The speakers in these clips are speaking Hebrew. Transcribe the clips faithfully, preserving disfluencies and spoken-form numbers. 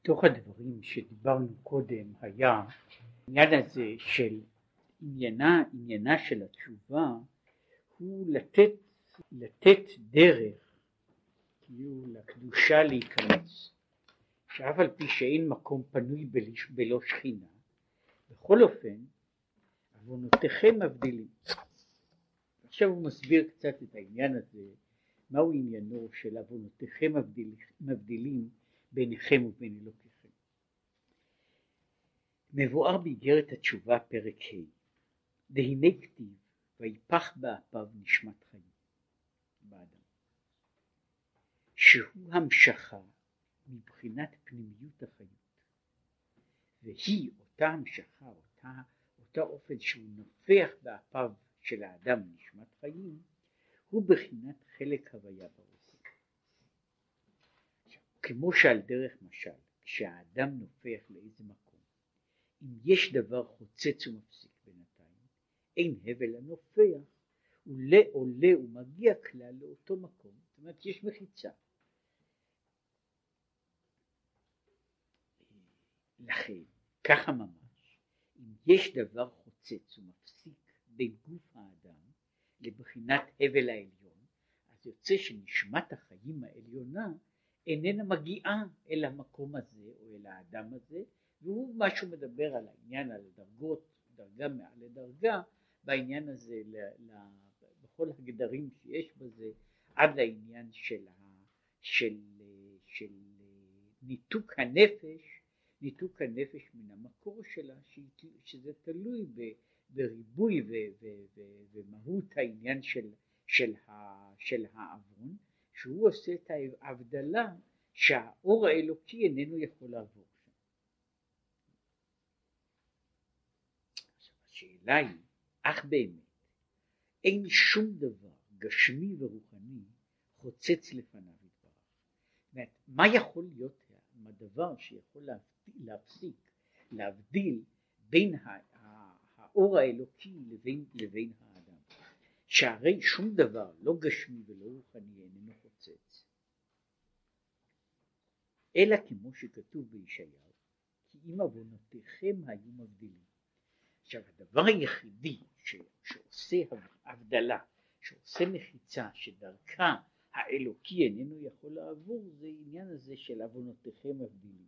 תוך הדברים שדיברנו קודם היה העניין הזה של עניינה, עניינה של התשובה הוא לתת, לתת דרך כאילו לקדושה להיכנס, שאף על פי שאין מקום פנוי בלא שכינה, בכל אופן עוונותיכם מבדילים. עכשיו הוא מסביר קצת את העניין הזה, מהו עניינו של עוונותיכם מבדיל, מבדילים ביניכם ובין אלוקיכם. מבואר באיגרת התשובה פרק ה', והנה כתיב ויפח באפיו נשמת חיים באדם, שהוא המשכה מבחינת פנימיות החיות, והיא אותה המשכה, אותה, אותה אופן שהוא נופח באפיו של האדם נשמת חיים, הוא בחינת חלק הוויה ברוך. כמו שעל דרך משל, כשהאדם נופח לאיזה מקום, אם יש דבר חוצץ ומפסיק בינתיים, אין הבל הנופח, עולה עולה ומגיע כלל לאותו מקום, זאת אומרת יש מחיצה. לכן, ככה ממש, אם יש דבר חוצץ ומפסיק בין גוף האדם לבחינת הבל העליון, אז יוצא שנשמת החיים העליונה איננה מגיעה אל המקום הזה או אל האדם הזה, והוא משהו מדבר על העניין, על דרגות, דרגה מעל לדרגה, בעניין הזה, ל, ל, בכל הגדרים שיש בזה, עד לעניין של, ה, של, של ניתוק הנפש, ניתוק הנפש מן המקור שלה, שזה תלוי ב, בריבוי ו, ו, ו, ומהות העניין של, של, ה, של העוון, שהוא עושה את ההבדלה שהאור האלוקי איננו יכול לעבור שם. השאלה היא, אך באמת אין שום דבר גשמי ורוחני חוצץ לפניו יתברך. מה יכול להיות הדבר שיכול להפסיק, להבדיל בין האור האלוקי לבין, לבין האדם? שהרי שום דבר לא גשמי ולא רוחני איננו חוצץ, אלא כמו שכתוב בישעיהו, כי אם עוונותיכם היו מבדילים. עכשיו הדבר היחידי ש, שעושה הבדלה, שעושה מחיצה, שדרכה האלוקי איננו יכול לעבור, זה העניין הזה של עוונותיכם מבדילים.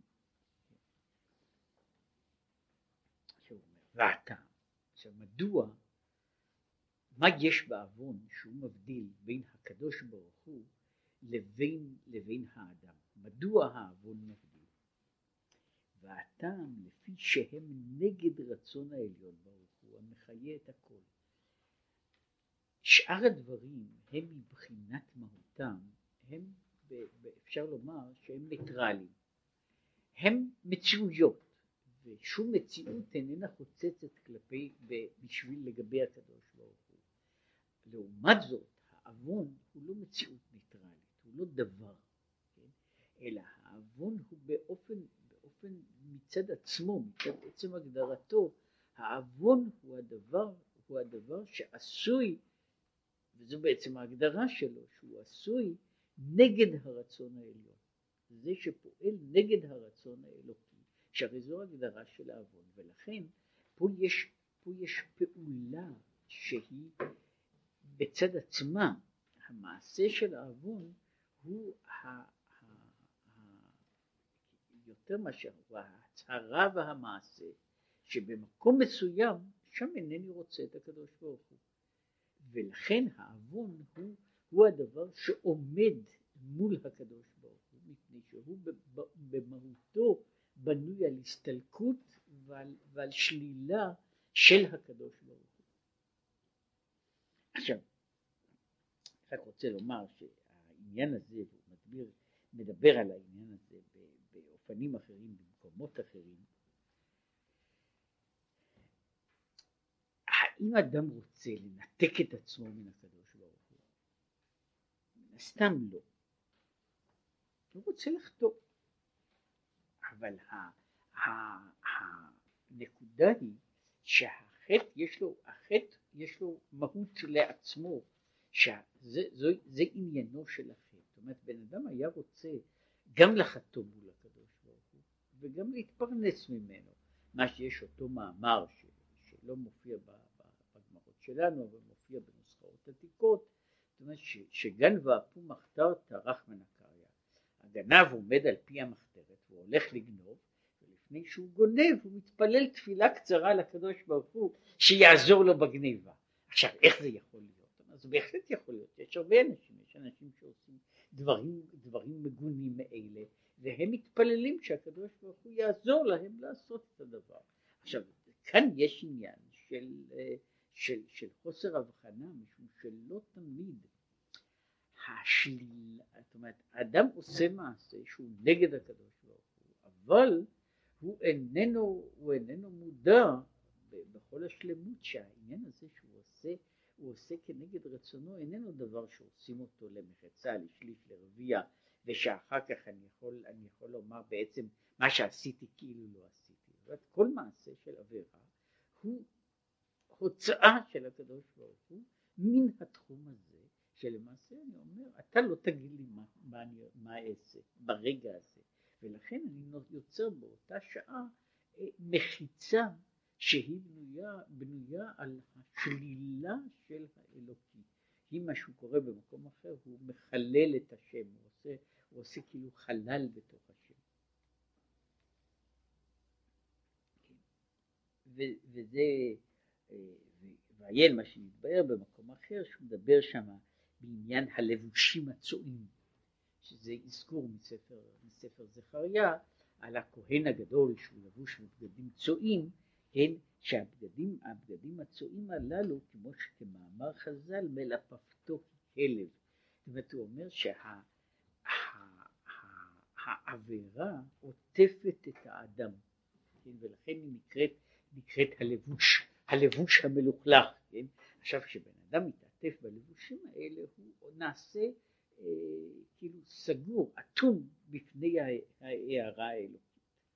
עכשיו הוא אומר, ואתה, עכשיו מדוע, מה יש בעוון שהוא מבדיל בין הקדוש ברוך הוא לבין, לבין האדם? מדוע העוון מבדיל? והטעם לפי שהם נגד רצון העליון ברוך הוא המחיה את הכל. שאר הדברים הם מבחינת מהותם, הם אפשר לומר שהם ניטרלים, הם מציאויות, ושום מציאות איננה חוצצת כלפי בשביל לגבי הקדוש ברוך הוא. לעומת זאת העוון הוא לא מציאות ניטרלית, הוא לא דבר, כן? אלא העוון הוא באופן, באופן מצד עצמו, מצד עצם הגדרתו, העוון הוא הדבר, הוא הדבר שעשוי, וזו בעצם ההגדרה שלו, שהוא עשוי נגד הרצון העליון, זה שפועל נגד הרצון האלוקי, שהרי זו הגדרה של העוון. ולכן פה יש, פה יש פעולה שהיא בצד עצמה, המעשה של העוון הוא ה, ה, ה, יותר מאשר הוא ההצהרה והמעשה, שבמקום מסוים שם אינני רוצה את הקדוש ברוך הוא. ולכן העוון הוא, הוא הדבר שעומד מול הקדוש ברוך הוא, מפני שהוא במהותו בנוי על הסתלקות ועל, ועל שלילה של הקדוש ברוך הוא. עכשיו, רק רוצה לומר שהעניין הזה, הוא מדבר, מדבר על העניין הזה באופנים אחרים, במקומות אחרים. האם אדם רוצה לנתק את עצמו מן הקדוש ברוך הוא? סתם לא. הוא רוצה לחטוא. אבל הנקודה היא שהחטא יש לו, החטא יש לו מהות לעצמו, שזה זו, זה עניינו של החטא. זאת אומרת, בן אדם היה רוצה גם לחטוא מול הקדוש ברוך הוא, וגם להתפרנס ממנו. מה שיש אותו מאמר ש, שלא מופיע בגמרות שלנו, אבל מופיע בנוסחאות עתיקות, זאת אומרת ש, שגן ואפו מחתר טרח מן הקריא. הגנב עומד על פי המחתרת והוא הולך לגנוב, ולפני שהוא גונב הוא מתפלל תפילה קצרה לקדוש ברוך הוא שיעזור לו בגניבה. עכשיו איך זה יכול להיות? אז בהחלט יכול להיות, יש הרבה אנשים, יש אנשים שעושים דברים, דברים מגונים מאלה, והם מתפללים שהקדוש ברוך הוא יעזור להם לעשות את הדבר. עכשיו כאן יש עניין של, של, של חוסר הבחנה, משום שלא תמיד השליל, זאת אומרת, האדם עושה מעשה שהוא נגד הקדוש ברוך הוא, אבל הוא איננו, הוא איננו מודע בכל השלמות שהעניין הזה שהוא עושה, הוא עושה כנגד רצונו, איננו דבר שעושים אותו למחצה, לשליש, לרביע, ושאחר כך אני יכול, אני יכול לומר בעצם מה שעשיתי כאילו לא עשיתי. זאת אומרת, כל מעשה של עבירה הוא הוצאה של הקדוש ברוך הוא מן התחום הזה, שלמעשה אני אומר, אתה לא תגיד לי מה, מה, אני, מה אעשה ברגע הזה, ולכן אני יוצר באותה שעה מחיצה שהיא בנויה, בנויה על השלילה של האלוקי. אם משהו קורה במקום אחר, הוא מחלל את השם, הוא עושה, הוא עושה כאילו חלל בתוך השם. ו- וזה, ועיין מה שנתבהר במקום אחר, שהוא מדבר שם בעניין הלבושים הצועים, שזה אזכור מספר, מספר זכריה, על הכהן הגדול שהוא לבוש בבגדים צועים, כן, שהבגדים, הבגדים הצועים הללו, כמו שכמאמר חז"ל, מלפפתו ככלב. זאת אומרת, הוא אומר שהעבירה עוטפת את האדם, כן, ולכן היא נקראת, נקראת הלבוש, הלבוש המלוכלך, כן. עכשיו, כשבן אדם מתעטף בלבושים האלה, הוא נעשה אה, כאילו סגור, אטום בפני ההערה האלוקית.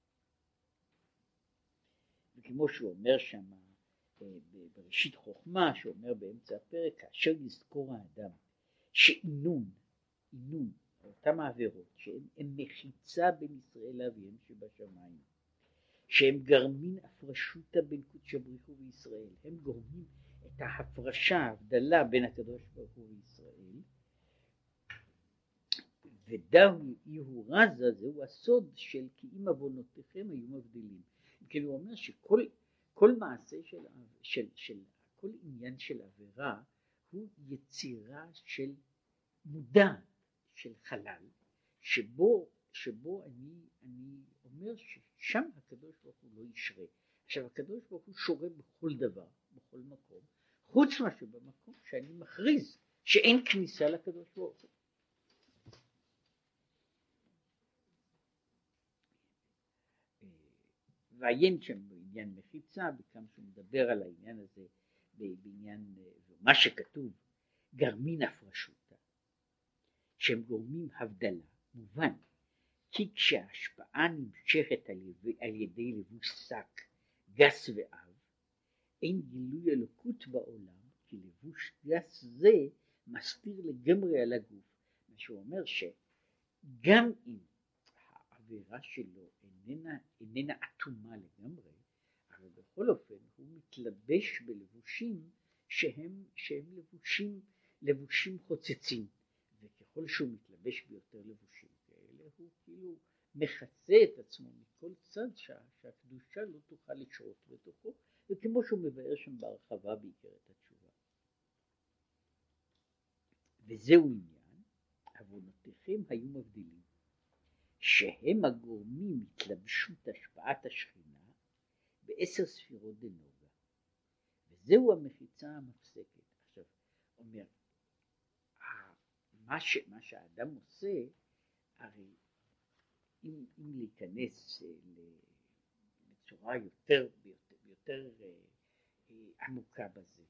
וכמו שהוא אומר שם בראשית חוכמה, שהוא אומר באמצע הפרק, כאשר יזכור האדם שאינון, אינון, אותם העבירות, שהן מחיצה בין ישראל לאביהם שבשמיים, שהם גרמין הפרשותה בין קודש בריך הוא וישראל, הם גורמים את ההפרשה, ההבדלה בין הקדוש ברוך הוא וישראל, ודאו יהיו רזה, זהו הסוד של כי אם עוונותיכם היו מבדילים. כאילו הוא אומר שכל כל מעשה של, של, של, כל עניין של עבירה הוא יצירה של מודע של חלל, שבו, שבו אני, אני אומר ששם הקדוש ברוך הוא לא ישרה. עכשיו הקדוש ברוך הוא שורה בכל דבר, בכל מקום, חוץ מה שבמקום שאני מכריז שאין כניסה לקדוש ברוך הוא. ועיין שם בעניין מחיצה, בכמה שהוא מדבר על העניין הזה, בעניין מה שכתוב, גרמין הפרשותה, שהם גורמים הבדלה, מובן, כי כשההשפעה נמשכת על ידי, על ידי לבוש שק, גס ועב, אין גילוי אלוקות בעולם, כי לבוש גס זה מסתיר לגמרי על הגוף. מה שהוא אומר שגם אם העבירה שלו איננה, איננה אטומה לגמרי, אבל בכל אופן הוא מתלבש בלבושים שהם, שהם לבושים, לבושים חוצצים, וככל שהוא מתלבש ביותר לבושים כאלה, הוא כאילו מחצה את עצמו מכל צד שה, שהקדושה לא תוכל לשרות בתוכו, וכמו שהוא מבאר שם בהרחבה בעיקרת התשובה. וזהו עניין, עוונותיכם היו מבדילים, שהם הגורמים התלבשות השפעת השכינה בעשר ספירות דנוגה, וזהו המחיצה המפסקת. עכשיו אומר, מה, ש, מה שהאדם עושה, הרי אם, אם להיכנס בצורה יותר, יותר, יותר עמוקה בזה,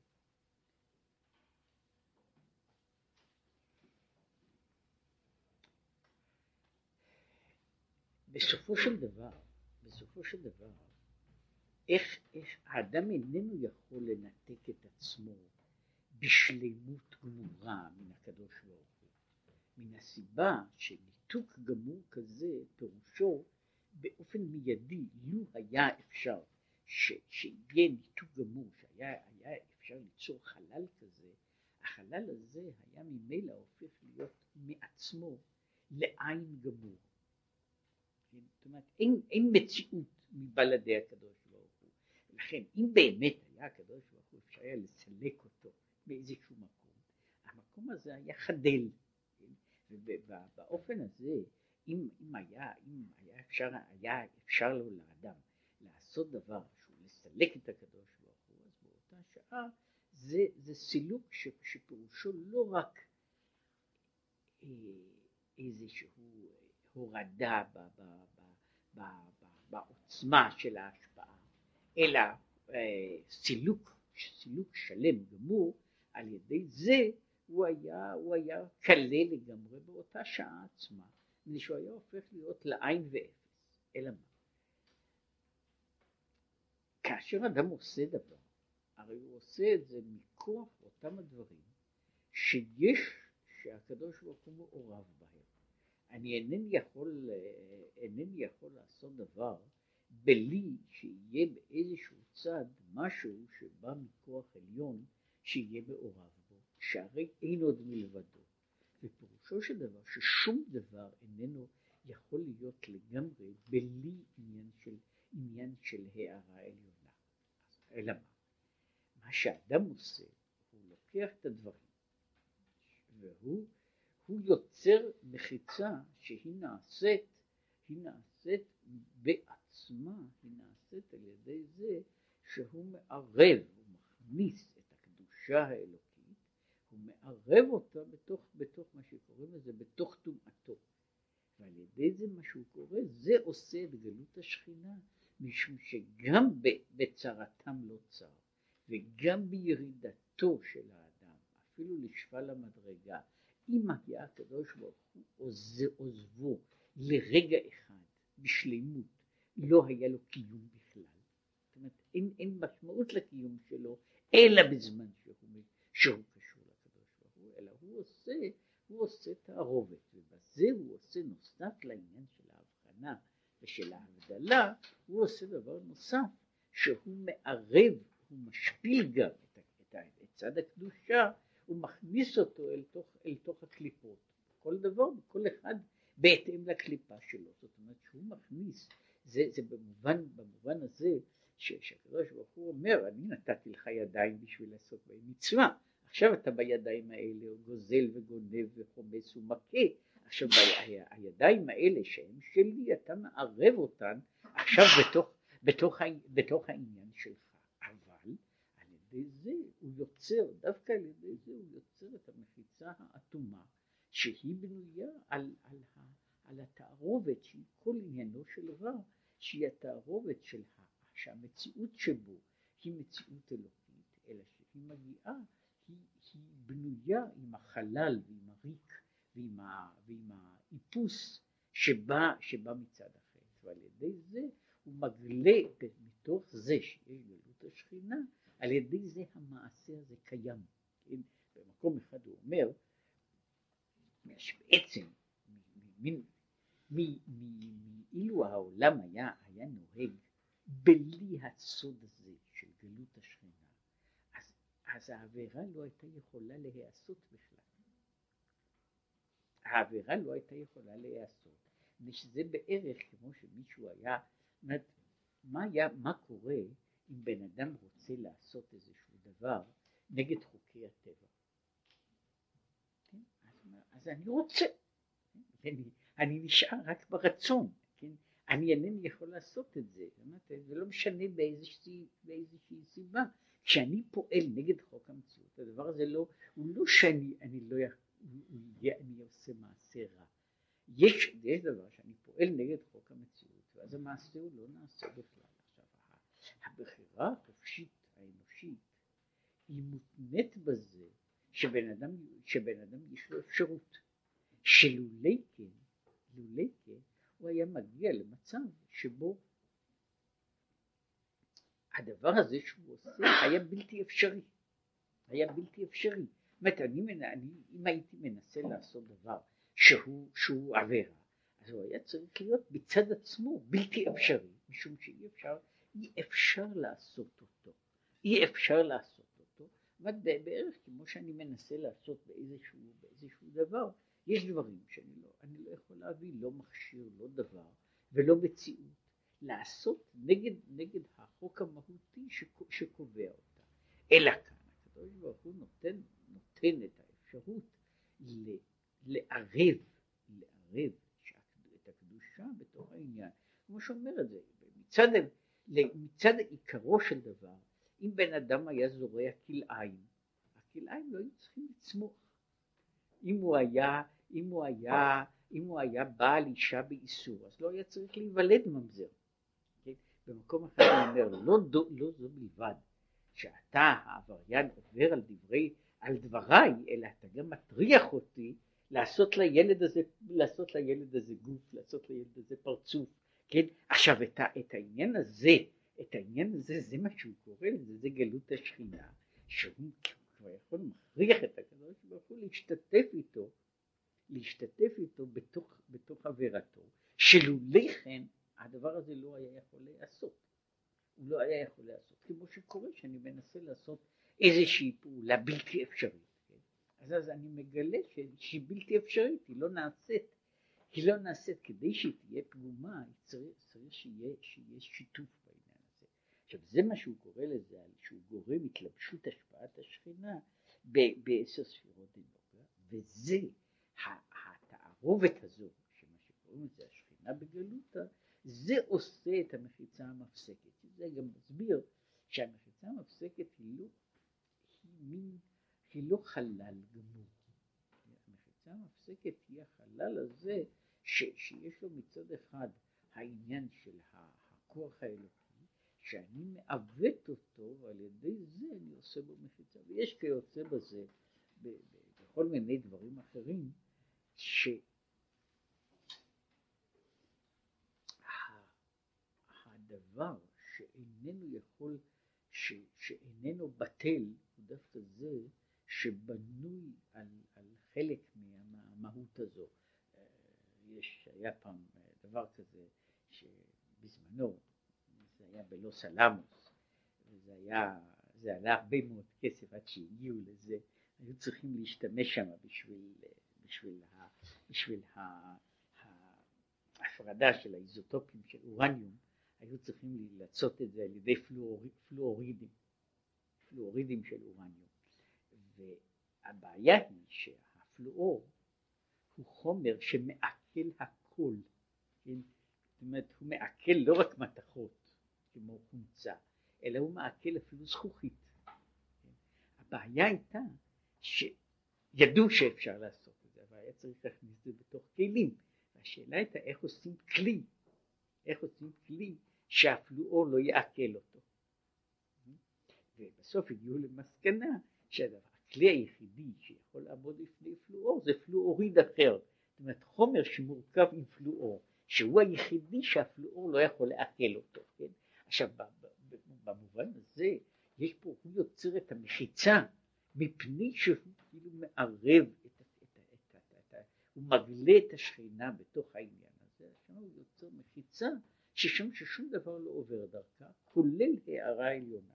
בסופו של דבר, בסופו של דבר, איך, איך האדם איננו יכול לנתק את עצמו בשלמות גמורה מן הקדוש ברוך הוא, מן הסיבה שניתוק גמור כזה פירושו באופן מיידי, לו היה אפשר ש, שיהיה ניתוק גמור, שהיה היה אפשר ליצור חלל כזה, החלל הזה היה ממילא הופך להיות מעצמו לעין גמור. זאת אומרת, אין, אין מציאות מבלעדי הקדוש ברוך הוא. לכן, אם באמת היה הקדוש ברוך הוא אפשר היה לסלק אותו באיזשהו מקום, המקום הזה היה חדל. ובאופן הזה, אם, אם, היה, אם היה, אפשר, היה אפשר לו לאדם לעשות דבר שהוא לסלק את הקדוש ברוך הוא, אז באותה שעה זה, זה סילוק ש, שפירושו לא רק אה, איזשהו הורדה ב, ב, ב, ב, ב, בעוצמה של ההשפעה, אלא אה, סילוק, סילוק שלם גמור, על ידי זה הוא היה, הוא היה קלה לגמרי באותה שעה עצמה, שהוא היה הופך להיות לעין ואפס. אלא מה? כאשר אדם עושה דבר, הרי הוא עושה את זה מכוח אותם הדברים שיש, שהקדוש ברוך הוא מעורב בהם. אני אינני יכול, אינני יכול לעשות דבר בלי שיהיה באיזשהו צד משהו שבא מכוח עליון שיהיה מעורב בו, שהרי אין עוד מלבדו. ופירושו של דבר ששום דבר איננו יכול להיות לגמרי בלי עניין של, עניין של הערה עליונה. אלא מה? מה שאדם עושה, הוא לוקח את הדברים והוא הוא יוצר מחיצה שהיא נעשית, היא נעשית בעצמה, היא נעשית על ידי זה שהוא מערב, הוא מכניס את הקדושה האלוקית, הוא מערב אותה בתוך, בתוך מה שקוראים לזה, בתוך טומאתו. ועל ידי זה מה שהוא קורא, זה עושה את גלות השכינה, משום שגם בצרתם לא צר, וגם בירידתו של האדם, אפילו לשפל המדרגה, אם היה הקדוש ברוך הוא עוזבו לרגע אחד בשלימות, לא היה לו קיום בכלל. זאת אומרת, אין, אין משמעות לקיום שלו, אלא בזמן שהוא, שהוא קשור לקדוש ברוך הוא, אלא הוא עושה, הוא עושה תערובת, ובזה הוא עושה נוסף לעניין של ההבחנה ושל ההבדלה, הוא עושה דבר נוסף, שהוא מערב, הוא משפיל גם את, את, את צד הקדושה, הוא מכניס אותו אל תוך, אל תוך הקליפות, כל דבר, כל אחד בהתאם לקליפה שלו. זאת אומרת שהוא מכניס, זה, זה במובן, במובן הזה שהקדוש ברוך הוא אומר, אני נתתי לך ידיים בשביל לעשות בהם מצווה, עכשיו אתה בידיים האלה הוא גוזל וגונב וחומס ומכה, עכשיו ב, הידיים האלה שהם שלי אתה מערב אותן עכשיו בתוך, בתוך, בתוך העניין שלך. אבל על ידי זה הוא יוצר, דווקא על ידי זה הוא יוצר את המחיצה האטומה שהיא בנויה על, על, על התערובת שהיא כל עניינו של רע, שהיא התערובת של שהמציאות שבו היא מציאות אלוקית, אלא שהיא מגיעה, היא, היא בנויה עם החלל ועם הריק ועם, ה, ועם האיפוס שבא, שבא מצד אחר. ועל ידי זה הוא מגלה מתוך זה שיש גלות השכינה, על ידי זה המעשה הזה קיים. כן? במקום אחד הוא אומר, בעצם מאילו העולם היה, היה נוהג בלי הסוד הזה של גלות השכינה, אז, אז העבירה לא הייתה יכולה להיעשות בכלל. העבירה לא הייתה יכולה להיעשות, ושזה בערך כמו שמישהו היה, מה היה, מה קורה אם בן אדם רוצה לעשות איזשהו דבר נגד חוקי הטבע? כן? אז, אז אני רוצה, אני, אני נשאר רק ברצון, כן? אני אינני יכול לעשות את זה, זה לא משנה באיזושהי, באיזושהי סיבה. כשאני פועל נגד חוק המציאות, הדבר הזה לא, הוא לא שאני אני לא, אני עושה מעשה רע. יש, יש דבר שאני פועל נגד חוק המציאות, ואז המעשה הוא לא נעשה בכלל. עכשיו, הבחירה החופשית האנושית היא מותנית בזה שבן אדם, שבן אדם יש לו אפשרות, שלולי כן, לולי כן, הוא היה מגיע למצב שבו הדבר הזה שהוא עושה היה בלתי אפשרי, היה בלתי אפשרי. זאת אומרת, אני, אני, אם הייתי מנסה לעשות דבר שהוא, שהוא עבירה, אז אז הוא היה צריך להיות בצד עצמו בלתי אפשרי, משום שאי אפשר, אי אפשר לעשות אותו, אי אפשר לעשות אותו, ובערך כמו שאני מנסה לעשות באיזשהו, באיזשהו דבר, יש דברים שאני לא, אני לא יכול להביא, לא מכשיר, לא דבר, ולא מציאות, לעשות נגד, נגד החוק המהותי שקובע אותה, אלא כאן, הקדוש ברוך הוא נותן, נותן את האפשרות לערב, לערב את הקדושה בתוך העניין, כמו שאומר את זה, מצד, מצד עיקרו של דבר, אם בן אדם היה זורע כלאיים, הכלאיים לא היו צריכים לצמוח, אם הוא היה, אם הוא היה, אם הוא היה בעל אישה באיסור, אז לא היה צריך להיוולד ממזר. כן? במקום אחר הוא אומר, לא, לא זו בלבד, שאתה העבריין עובר על דברי, על דבריי, אלא אתה גם מטריח אותי לעשות לילד הזה, לעשות לילד הזה גוף, לעשות לילד הזה פרצוף. כן? עכשיו את, את העניין הזה, את העניין הזה, זה מה שהוא קורא לזה, זה גלות השכינה, שהוא כבר יכול מכריח את הקדוש ברוך הוא להשתתף איתו, להשתתף איתו בתוך, בתוך עבירתו, שלולי כן הדבר הזה לא היה יכול לעשות. הוא לא היה יכול לעשות, כמו שקורה שאני מנסה לעשות איזושהי פעולה בלתי אפשרית. כן? אז אז אני מגלה שהיא בלתי אפשרית, היא לא נעשית, היא לא נעשית כדי שהיא תהיה פגומה, צריך, צריך שיהיה, שיהיה שיתוף בעניין הזה. עכשיו זה מה שהוא קורא לזה, שהוא גורם התלבשות השפעת השכינה בעשר ספירות דנוגה, וזה התערובת הזו, שמה שקוראים לזה השכינה בגלותה, זה עושה את המחיצה המפסקת. זה גם מסביר שהמחיצה המפסקת היא לא, היא מין, היא לא חלל גמור. המחיצה המפסקת היא החלל הזה ש, שיש לו מצד אחד העניין של הכוח האלוקי, שאני מעוות אותו ועל ידי זה אני עושה בו מחיצה. ויש כיוצא בזה ב, ב, בכל מיני דברים אחרים ש... הדבר שאיננו יכול, ש, שאיננו בטל, הוא דווקא זה שבנוי על, על חלק מהמהות הזו. יש, היה פעם דבר כזה שבזמנו, זה היה בלוס אלמוס, וזה היה, זה עלה הרבה מאוד כסף עד שהגיעו לזה, היו צריכים להשתמש שם בשביל, בשביל, ה, בשביל ה, ההפרדה של האיזוטופים של אורניום, היו צריכים לעשות את זה על ידי פלואוריד, פלואורידים, פלואורידים של אורניום. והבעיה היא שהפלואור הוא חומר שמעכל הכל, כן? זאת אומרת, הוא מעכל לא רק מתכות כמו חומצה, אלא הוא מעכל אפילו זכוכית. כן? הבעיה הייתה שידעו שאפשר לעשות את זה, אבל היה צריך להכניס את זה בתוך כלים. והשאלה הייתה איך עושים כלי, איך עושים כלי שהפלואור לא יעכל אותו. ובסוף הגיעו למסקנה שהכלי היחידי שיכול לעמוד לפני פלואור זה פלואוריד אחר. זאת אומרת חומר שמורכב עם פלואור, שהוא היחידי שהפלואור לא יכול לעכל אותו. כן? עכשיו במובן הזה יש פה, הוא יוצר את המחיצה מפני שהוא כאילו מערב את, את, את, את, את, את, הוא מגלה את השכינה בתוך העניין הזה. עכשיו הוא יוצר מחיצה ששם ששום דבר לא עובר דרכה, כולל הערה עליונה.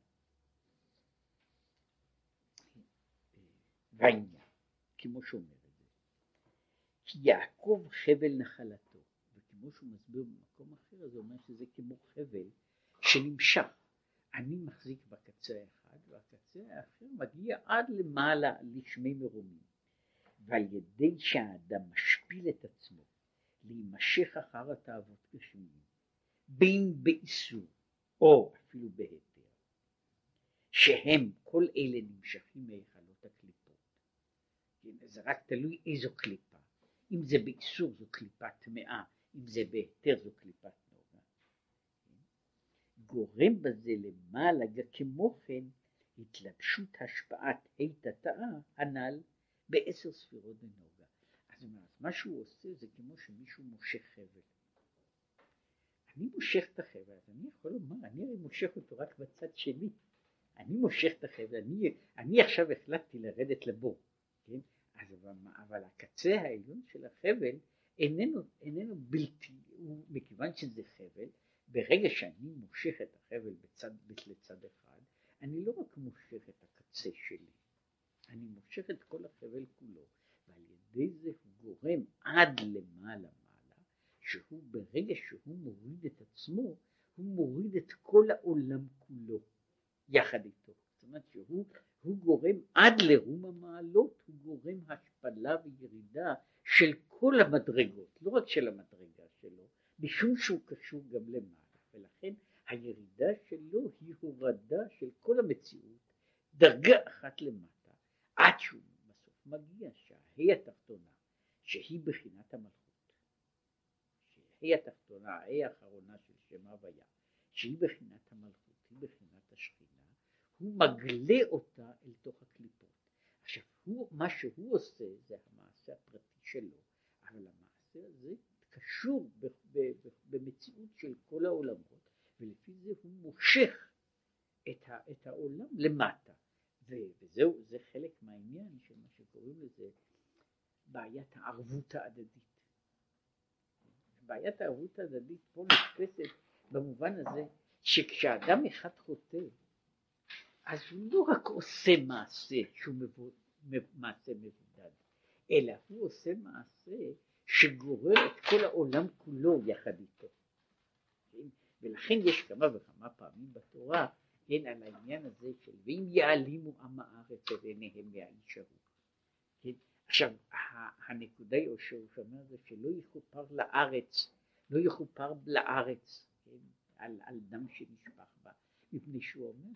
והעניין, כמו שאומר את זה, כי יעקב חבל נחלתו, וכמו שהוא מסביר במקום אחר, אז הוא אומר שזה כמו חבל שנמשך. אני מחזיק בקצה האחד, והקצה האחר מגיע עד למעלה לשמי מרומים. ועל ידי שהאדם משפיל את עצמו, להימשך אחר התאוות גשמיים, בין באיסור או אפילו בהיתר, שהם כל אלה נמשכים מהיכלות הקליפות. זה רק תלוי איזו קליפה. אם זה באיסור זו קליפה טמאה, אם זה בהיתר זו קליפת נוגה. גורם בזה למעלה כמו כן התלבשות השפעת היתתאה הנ"ל בעשר ספירות בנוגה. אז מה שהוא עושה זה כמו שמישהו מושך חבל. אני מושך את החבל, אז אני יכול לומר, אני מושך אותו רק בצד שלי. אני מושך את החבל, אני, אני עכשיו החלטתי לרדת לבור, כן? אז אבל, אבל הקצה העליון של החבל איננו, איננו בלתי, הוא, מכיוון שזה חבל, ברגע שאני מושך את החבל בצד, לצד אחד, אני לא רק מושך את הקצה שלי, אני מושך את כל החבל כולו, ועל ידי זה הוא גורם עד למעלה מעלה, שהוא ברגע שהוא מוריד את עצמו, הוא מוריד את כל העולם כולו יחד איתו. זאת אומרת שהוא הוא גורם עד לרום המעלות, הוא גורם השפלה וירידה של כל המדרגות, לא רק של המדרגה שלו, משום שהוא קשור גם למעלה, ולכן הירידה שלו היא הורדה של כל המציאות, דרגה אחת למטה, עד שהוא בסוף מגיע שההי התחתונה, שהיא בחינת המלכות, שההי התחתונה, ההי האחרונה של שם הוויה, שהיא בחינת המלכות, היא בחינת השכינה, הוא מגלה אותה אל תוך הקליפות. עכשיו, הוא, מה שהוא עושה זה המעשה הפרטי שלו, אבל המעשה הזה קשור ב, ב, ב, במציאות של כל העולמות, ולפי זה הוא מושך את, ה, את העולם למטה. ו, וזהו, זה חלק מהעניין של מה שקוראים לזה בעיית הערבות ההדדית. בעיית הערבות ההדדית פה נתפסת במובן הזה שכשאדם אחד חוטא, אז הוא לא רק עושה מעשה שהוא מבוד, מעשה מבודד, אלא הוא עושה מעשה שגורר את כל העולם כולו יחד איתו. ולכן יש כמה וכמה פעמים בתורה, כן, על העניין הזה של ואם יעלימו עם הארץ ועיניהם יעלישהו. כן? עכשיו, הנקודה היא שהוא שאומר זה שלא יכופר לארץ, לא יכופר לארץ, כן? על, על דם שנשפך בה. מפני שהוא אומר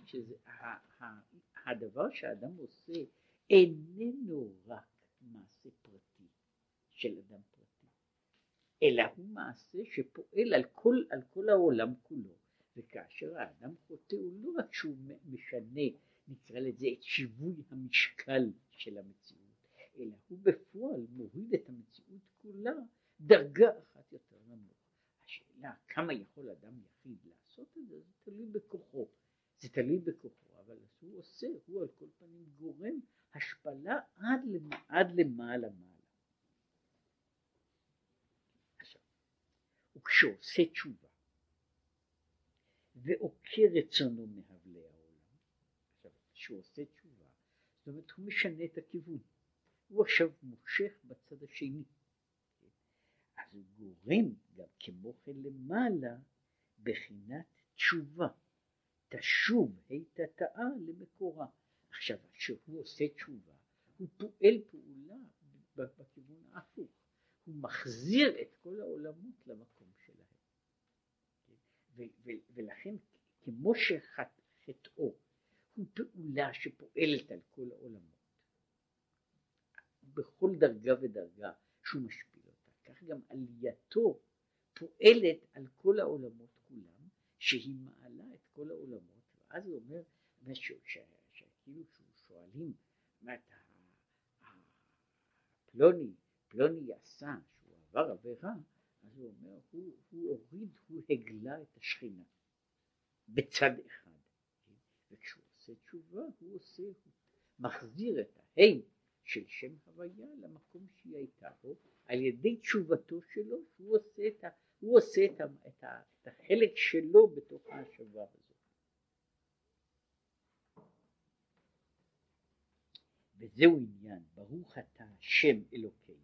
שהדבר שהאדם עושה איננו רק מעשה פרטי של אדם פרטי, אלא הוא מעשה שפועל על כל, על כל העולם כולו. וכאשר האדם חוטא הוא לא רק שהוא משנה, נקרא לזה, את שיווי המשקל של המציאות, אלא הוא בפועל מוריד את המציאות כולה דרגה אחת יותר נמוך. השאלה כמה יכול אדם יחיד לעשות את זה, זה תלוי בכוחו, זה תלוי בכוחו, אבל הוא עושה, הוא על כל פנים גורם השפלה עד, למ, עד למעלה מעלה. עכשיו, וכשעושה תשובה ועוקר רצונו מהבלי העולם, עכשיו, כשהוא עושה תשובה, זאת אומרת הוא משנה את הכיוון, הוא עכשיו מושך בצד השני, אז הוא גורם גם כמו כן למעלה בחינת תשובה, תשוב היתתאה למקורה. עכשיו, כשהוא עושה תשובה, הוא פועל פעולה בכיוון ההפוך, הוא מחזיר את כל העולמות למקום שלהם. ו- ו- ולכן כמו שחטאו הוא פעולה שפועלת על כל העולמות, בכל דרגה ודרגה שהוא משפיע אותה, כך גם עלייתו פועלת על כל העולמות כולם, שהיא מעלה את כל העולמות. ואז הוא אומר, שכאילו שואלים, פלוני, פלוני עשה, שהוא עבר עבירה, אז הוא אומר, הוא, הוא הוריד, הוא הגלה את השכינה בצד אחד. וכשהוא עושה תשובה, הוא עושה, הוא מחזיר את ההי של שם הוויה למקום שהיא הייתה בו, על ידי תשובתו שלו, שהוא עושה את, ה, הוא עושה את, ה, את, ה, את החלק שלו בתוך ההשבה הזאת. וזהו עניין, ברוך אתה השם אלוקינו,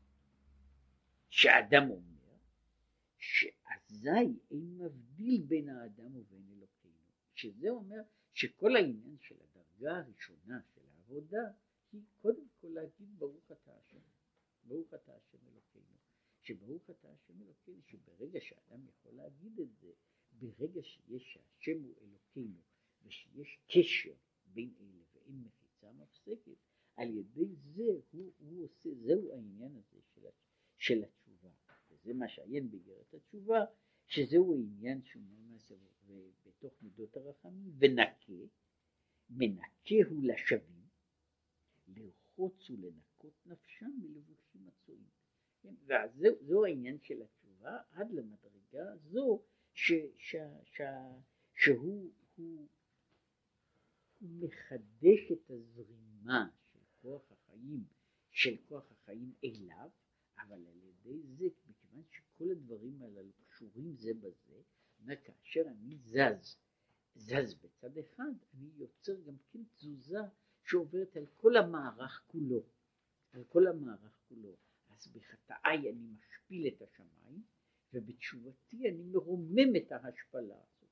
שאדם אומר, שאזי אין מבדיל בין האדם ובין אלוקינו, שזה אומר שכל העניין של הדרגה הראשונה של העבודה, היא קודם כל להגיד ברוך אתה השם, ברוך אתה השם אלוקינו, שברוך אתה השם אלוקינו, שברגע שאדם יכול להגיד את זה, ברגע שיש שהשם הוא אלוקינו, ושיש קשר בין אלה ואין מחיצה מפסקת, על ידי זה הוא, הוא עושה, זהו העניין הזה של, של התשובה, וזה מה שעיין באיגרת התשובה, שזהו העניין שאומר מעשה בתוך מידות הרחמים, ונקה, מנקה הוא לשבים, לרחוץ ולנקות נפשם מלבושים מצויים. כן? וזהו העניין של התשובה, עד למדרגה זו ש, ש, ש, שהוא הוא, הוא מחדש את הזרימה של כוח החיים, של כוח החיים אליו, אבל על ידי זה, מכיוון שכל הדברים הללו קשורים זה בזה, כאשר אני זז, זז בצד אחד, אני יוצר גם כן תזוזה שעוברת על כל המערך כולו, על כל המערך כולו. אז בחטאי אני משפיל את השמיים, ובתשובתי אני מרומם את ההשפלה הזאת.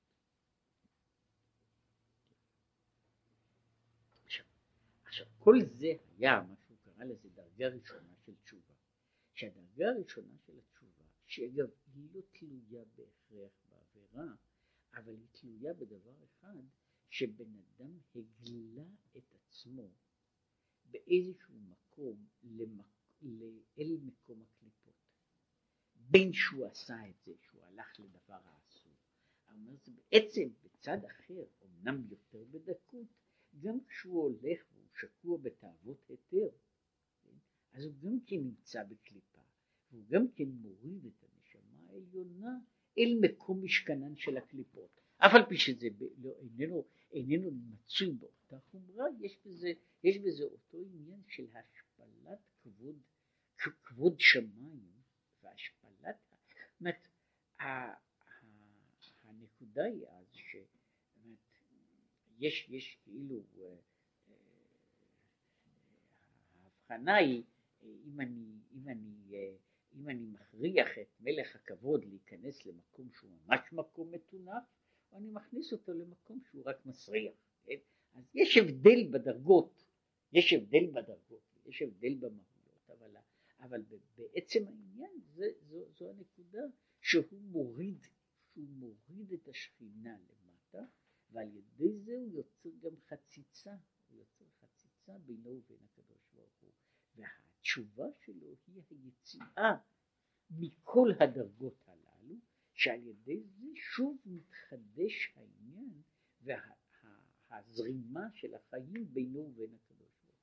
עכשיו, עכשיו כל זה היה מה שהוא קרא לזה דרגה ראשונה של תשובה. שהדרגה הראשונה של התשובה, שאגב היא לא תלויה בהכרח בעבירה, אבל היא תלויה בדבר אחד, שבן אדם הגלה את עצמו באיזשהו מקום למק... אל מקום הקליפות. בין שהוא עשה את זה, שהוא הלך לדבר האסור. אבל זה בעצם בצד אחר, אמנם יותר בדקות, גם כשהוא הולך והוא שקוע בתאוות היתר, אז הוא גם כן נמצא בקליפה, והוא גם כן מוריד את הנשמה העליונה אל מקום משכנן של הקליפות. אף על פי שזה לא, איננו, איננו מצוי באותה חומרה, יש בזה, יש בזה אותו עניין של השפלת כבוד, כבוד שמיים, והשפלת, זאת אומרת, הנקודה היא אז ש, זאת יש, יש כאילו, ההבחנה היא, אם אני, אם אני, אם אני מכריח את מלך הכבוד להיכנס למקום שהוא ממש מקום מתונף, או אני מכניס אותו למקום שהוא רק מסריח. כן? אז יש הבדל בדרגות, יש הבדל בדרגות, יש הבדל במהויות, אבל, אבל בעצם העניין זה, זו, זו הנקודה שהוא מוריד, שהוא מוריד את השכינה למטה, ועל ידי זה הוא יוצר גם חציצה, הוא יוצר חציצה בינו ובין הקדוש ברוך הוא. והתשובה שלו היא היציאה מכל הדרגות הללו, שעל ידי זה שוב מתחדש העניין והזרימה של החיים בינו ובין הקדוש ברוך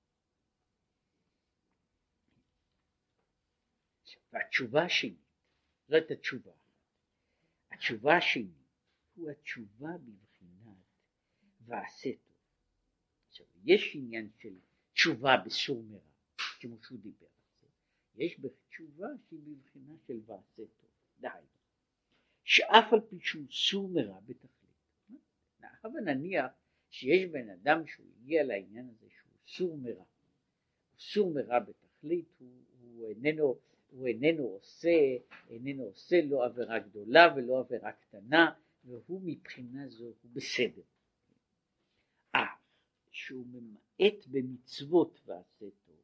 הוא. והתשובה השנית, זאת התשובה. התשובה השנית הוא התשובה בבחינת ועשה טוב. עכשיו, יש עניין של תשובה בסור מרע, כמו שהוא דיבר על זה. יש תשובה שהיא בבחינה של ועשה טוב. דהיינו, שאף על פי שהוא סור מרע בתכלית. אבל נניח שיש בן אדם שהוא הגיע לעניין הזה שהוא סור מרע. הוא סור מרע בתכלית, הוא, הוא איננו, הוא איננו עושה, איננו עושה לא עבירה גדולה ולא עבירה קטנה, והוא מבחינה זו הוא בסדר. אה, שהוא ממעט במצוות ועשה טוב.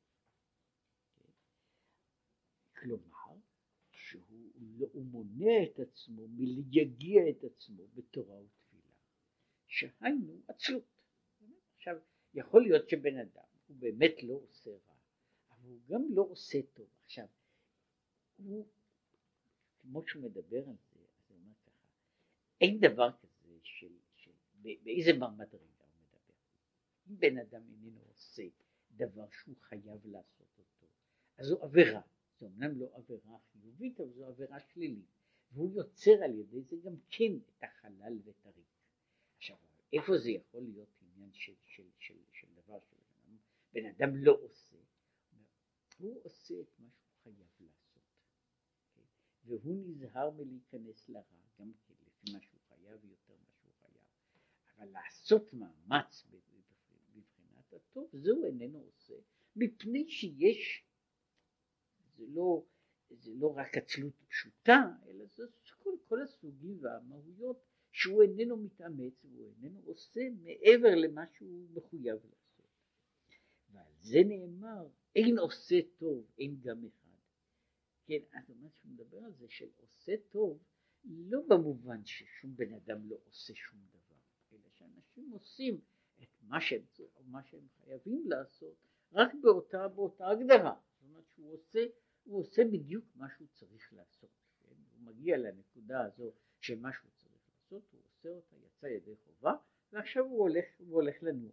כלומר, שהוא לא, הוא מונע את עצמו מלייגע את עצמו בתורה ותפילה. שהיינו עצלות. עכשיו, יכול להיות שבן אדם הוא באמת לא עושה רע, אבל הוא גם לא עושה טוב. עכשיו, הוא, כמו שהוא מדבר על זה, אז הוא אומר ככה, אין דבר כזה של, של באיזה מדרגה הוא מדבר. אם בן אדם איננו עושה דבר שהוא חייב לעשות אותו, אז זו עבירה. זו אמנם לא עבירה חיובית, אבל זו עבירה שלילית. והוא יוצר על ידי זה גם כן את החלל ואת הריק. עכשיו, איפה זה יכול להיות עניין של, של, של, של דבר של בן אדם? בן אדם לא עושה. הוא עושה את מה שהוא חייב לעשות. Okay? והוא נזהר מלהיכנס לרע, גם כן לפי מה שהוא חייב יותר מה שהוא חייב. אבל לעשות מאמץ בבחינת הטוב, זהו איננו עושה, מפני שיש, זה לא, זה לא רק עצלות פשוטה, אלא זה כל, כל הסוגים והמהויות שהוא איננו מתאמץ, והוא איננו עושה מעבר למה שהוא מחויב לעשות. ועל זה נאמר, אין עושה טוב, אין גם אחד. כן, אז מה שהוא מדבר על זה של עושה טוב, לא במובן ששום בן אדם לא עושה שום דבר, אלא שאנשים עושים את מה שהם, מה שהם חייבים לעשות, רק באותה, באותה הגדרה. זאת אומרת שהוא עושה, הוא עושה בדיוק מה שהוא צריך לעשות. כן? הוא מגיע לנקודה הזו של מה שהוא צריך לעשות, הוא עושה אותה, יצא ידי חובה, ועכשיו הוא הולך, הוא הולך לנוח.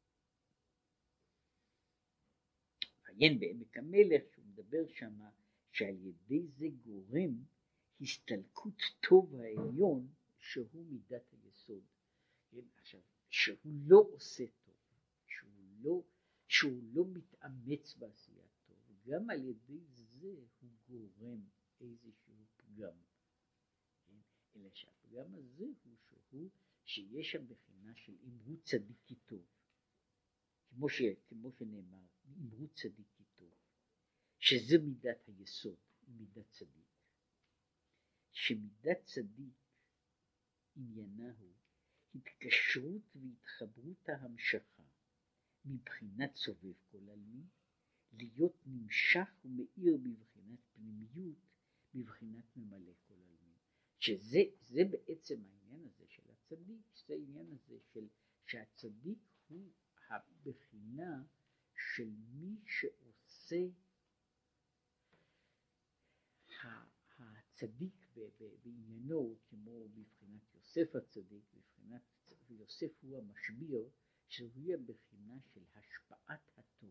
עיין בעמק המלך שהוא מדבר שמה, שעל ידי זה גורם הסתלקות טוב העליון שהוא מידת היסוד. כן? עכשיו, שהוא לא עושה טוב, שהוא לא, שהוא לא מתאמץ בעשייה טוב, גם על ידי הזה הוא גורם איזשהו פגם, כן? אלא שהפגם הזה הוא שהוא שיש שם בחינה של אמרו צדיק כי טוב, כמו, ש, כמו שנאמר אמרו צדיק כי טוב, שזה מידת היסוד, מידת צדיק, שמידת צדיק עניינה הוא התקשרות והתחברות ההמשכה מבחינת סובב כל עלמין, להיות נמשך ומאיר בבחינת פנימיות, בבחינת ממלא כל עלמין, שזה זה בעצם העניין הזה של הצדיק, זה העניין הזה של שהצדיק הוא הבחינה של מי שעושה, הצדיק בעניינו כמו בבחינת יוסף הצדיק, בבחינת ויוסף הוא המשביר, שהוא הבחינה של השפעת הטוב,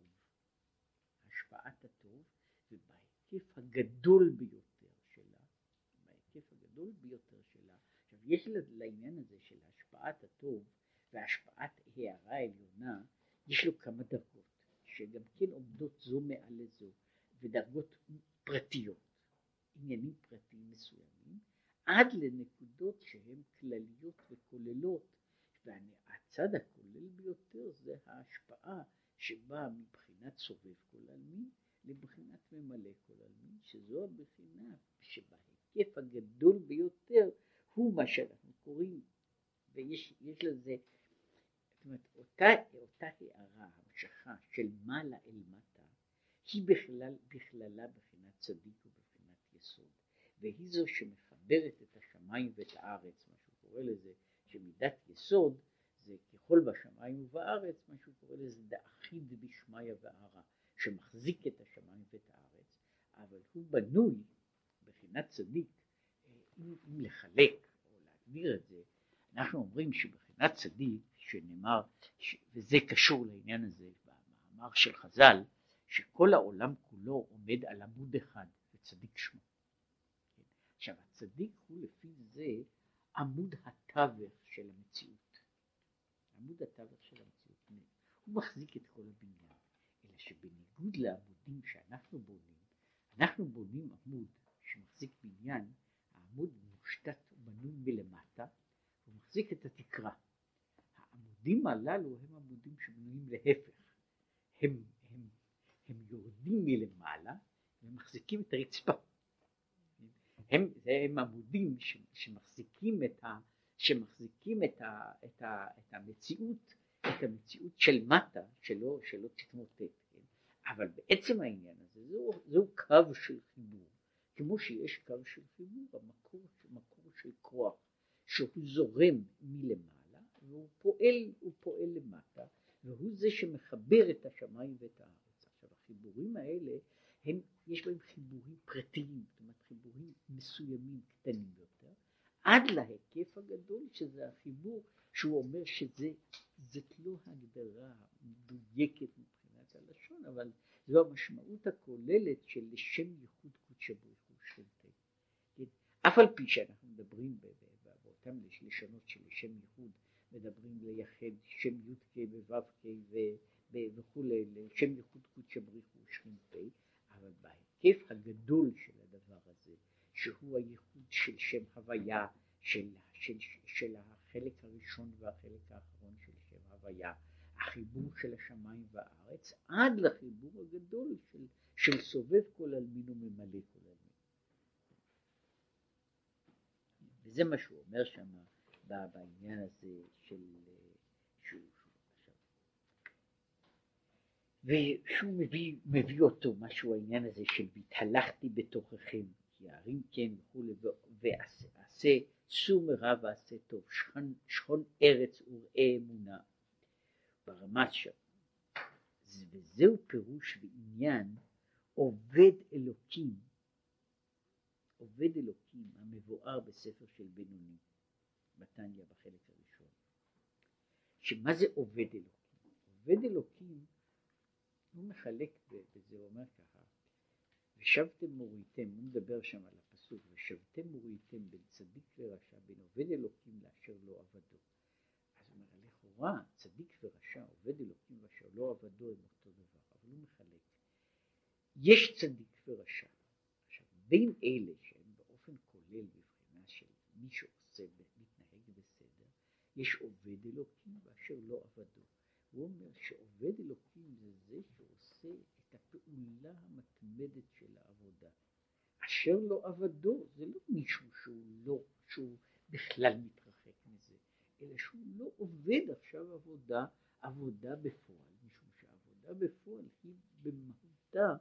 השפעת הטוב, ובהיקף הגדול ביותר שלה, בהיקף הגדול ביותר שלה. עכשיו יש לעניין הזה של השפעת הטוב והשפעת הערה העליונה, יש לו כמה דרגות שגם כן עומדות זו מעל לזו, ודרגות פרטיות, עניינים פרטיים מסוימים, עד לנקודות שהן כלליות וכוללות, והצד הכולל ביותר זה ההשפעה שבאה מבחינת סובב כל עלמין לבחינת ממלא כל עלמין, שזו הבחינה שבהיקף הגדול ביותר הוא מה שאנחנו קוראים, ויש יש לזה, זאת אומרת, אותה, אותה הערה, המשכה של מעלה אל מטה, היא בכלל, בכללה בחינת צדיק ובחינת יסוד, והיא זו שמחברת את השמיים ואת הארץ, מה שהוא קורא לזה, שמידת יסוד זה ככל בשמיים ובארץ, מה שהוא קורא לזה דאחיד בשמיא והערה, שמחזיק את השמיים ואת הארץ, אבל הוא בנוי בחינת צדיק. אם, אם לחלק או להגדיר את זה, אנחנו אומרים שבחינת צדיק שנאמר, ש... וזה קשור לעניין הזה במאמר של חז"ל, שכל העולם כולו עומד על עמוד אחד וצדיק שמו. עכשיו הצדיק הוא לפי זה עמוד התווך של המציאות, עמוד התווך של המציאות, הוא מחזיק את כל הבניין, אלא שבניגוד לעמודים שאנחנו בונים, אנחנו בונים עמוד שמחזיק בניין, העמוד מושתת ובנוי מלמטה, הוא מחזיק את התקרה. העמודים הללו הם עמודים שבנויים להפך, הם, הם, הם יורדים מלמעלה ומחזיקים את הרצפה. הם, הם עמודים ש, שמחזיקים את ה, שמחזיקים את ה, את ה, את המציאות, את המציאות של מטה, שלא, שלא תתמוטט, כן? אבל בעצם העניין הזה, זהו, זהו קו של חיבור, כמו שיש קו של חיבור, המקור, המקור של כוח, שהוא זורם מלמעלה, והוא פועל, הוא פועל למטה, והוא זה שמחבר את השמיים ואת הארץ. עכשיו החיבורים האלה, הם, יש בהם חיבורים פרטיים, זאת אומרת חיבורים מסוימים קטנים יותר, עד להיקף הגדול שזה החיבור, שהוא אומר שזה, זאת לא הגדרה מדויקת מבחינת הלשון, אבל זו המשמעות הכוללת של לשם ייחוד קודשא בריך הוא שכינתה. אף על פי שאנחנו מדברים באותם לשונות של לשם ייחוד, מדברים לייחד שם י' כ' וו' כ' וכולי, לשם ייחוד קודשא בריך הוא שכינתה, אבל בהיקף הגדול של הדבר הזה, שהוא הייחוד של שם הוויה, של, של, של החלק הראשון והחלק האחרון של שם הוויה, החיבור של השמיים והארץ, עד לחיבור הגדול של, של סובב כל עלמין וממלא כל עלמין. וזה מה שהוא אומר שם בעניין הזה של שהוא, ושהוא מביא, מביא אותו משהו העניין הזה של והתהלכתי בתוככם כי הערים כן וכולי, ועשה סור מרע ועשה טוב, שכון, שכון ארץ וראה אמונה ברמת שם. וזהו פירוש ועניין עובד אלוקים, עובד אלוקים המבואר בספר של בינוני בתניא בחלק הראשון. שמה זה עובד אלוקים? עובד אלוקים הוא מחלק בזה, הוא אומר ככה, ושבתם מוריתם, הוא מדבר שם על הפסוק, ושבתם מוריתם בין צדיק ורשע, בין עובד אלוקים לאשר לא עבדו. אז הוא אומר, לכאורה, צדיק ורשע, עובד אלוקים ואשר לא עבדו הם אותו דבר, אבל הוא מחלק. יש צדיק ורשע, יש עובד אלוקים ואשר לא עבדו. הוא אומר שעובד אלוקים זה זה שעושה את הפעולה המתמדת של העבודה. אשר לא עבדו זה לא מישהו שהוא לא, שהוא בכלל מתרחק מזה, אלא שהוא לא עובד עכשיו עבודה, עבודה בפועל, משום שהעבודה בפועל היא במהותה,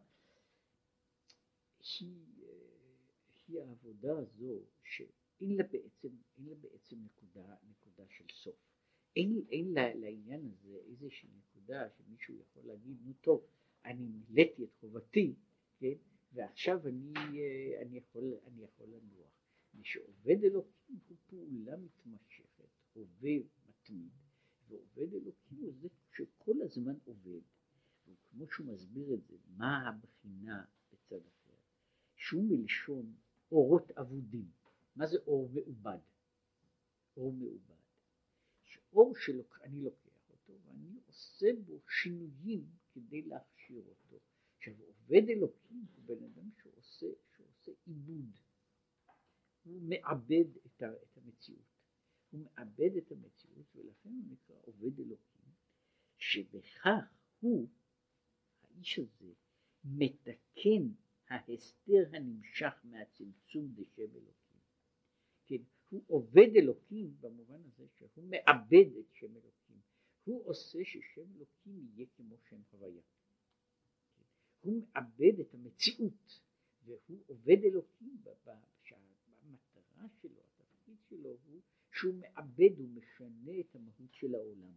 היא, היא העבודה הזו שאין לה בעצם, אין לה בעצם נקודה, נקודה של סוף. אין, אין לה, לעניין הזה איזושהי נקודה שמישהו יכול להגיד, נו טוב, אני מילאתי את חובתי, כן? ועכשיו אני, אני יכול, אני יכול לנוח. מי שעובד אלוקים הוא פעולה מתמשכת, עובד מתמיד, ועובד אלוקים הוא זה שכל הזמן עובד. וכמו שהוא מסביר את זה, מה הבחינה בצד אחר? שהוא מלשון אורות אבודים. מה זה אור מעובד? אור מעובד. שאור שאני לוקח אותו ואני עושה בו שינויים כדי להכשיר אותו. עכשיו עובד אלוקים הוא בן אדם שעושה, שעושה עיבוד. הוא מעבד את, ה, את המציאות. הוא מעבד את המציאות ולכן הוא נקרא עובד אלוקים, שבכך הוא, האיש הזה, מתקן ההסתר הנמשך מהצמצום דשם אלוקים. כן, הוא עובד אלוקים במובן הזה שהוא מעבד את שם אלוקים. הוא עושה ששם אלוקים יהיה כמו שם הוויה. הוא מעבד את המציאות, והוא עובד אלוקים במטרה שלו, התפקיד שלו הוא שהוא מעבד ומשנה את המהות של העולם.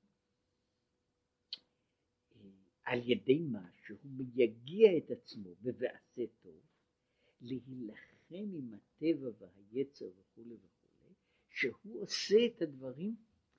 על ידי מה שהוא מייגע את עצמו בבעשה טוב, להילחם עם הטבע והיצר וכו' וכו', שהוא עושה את הדברים,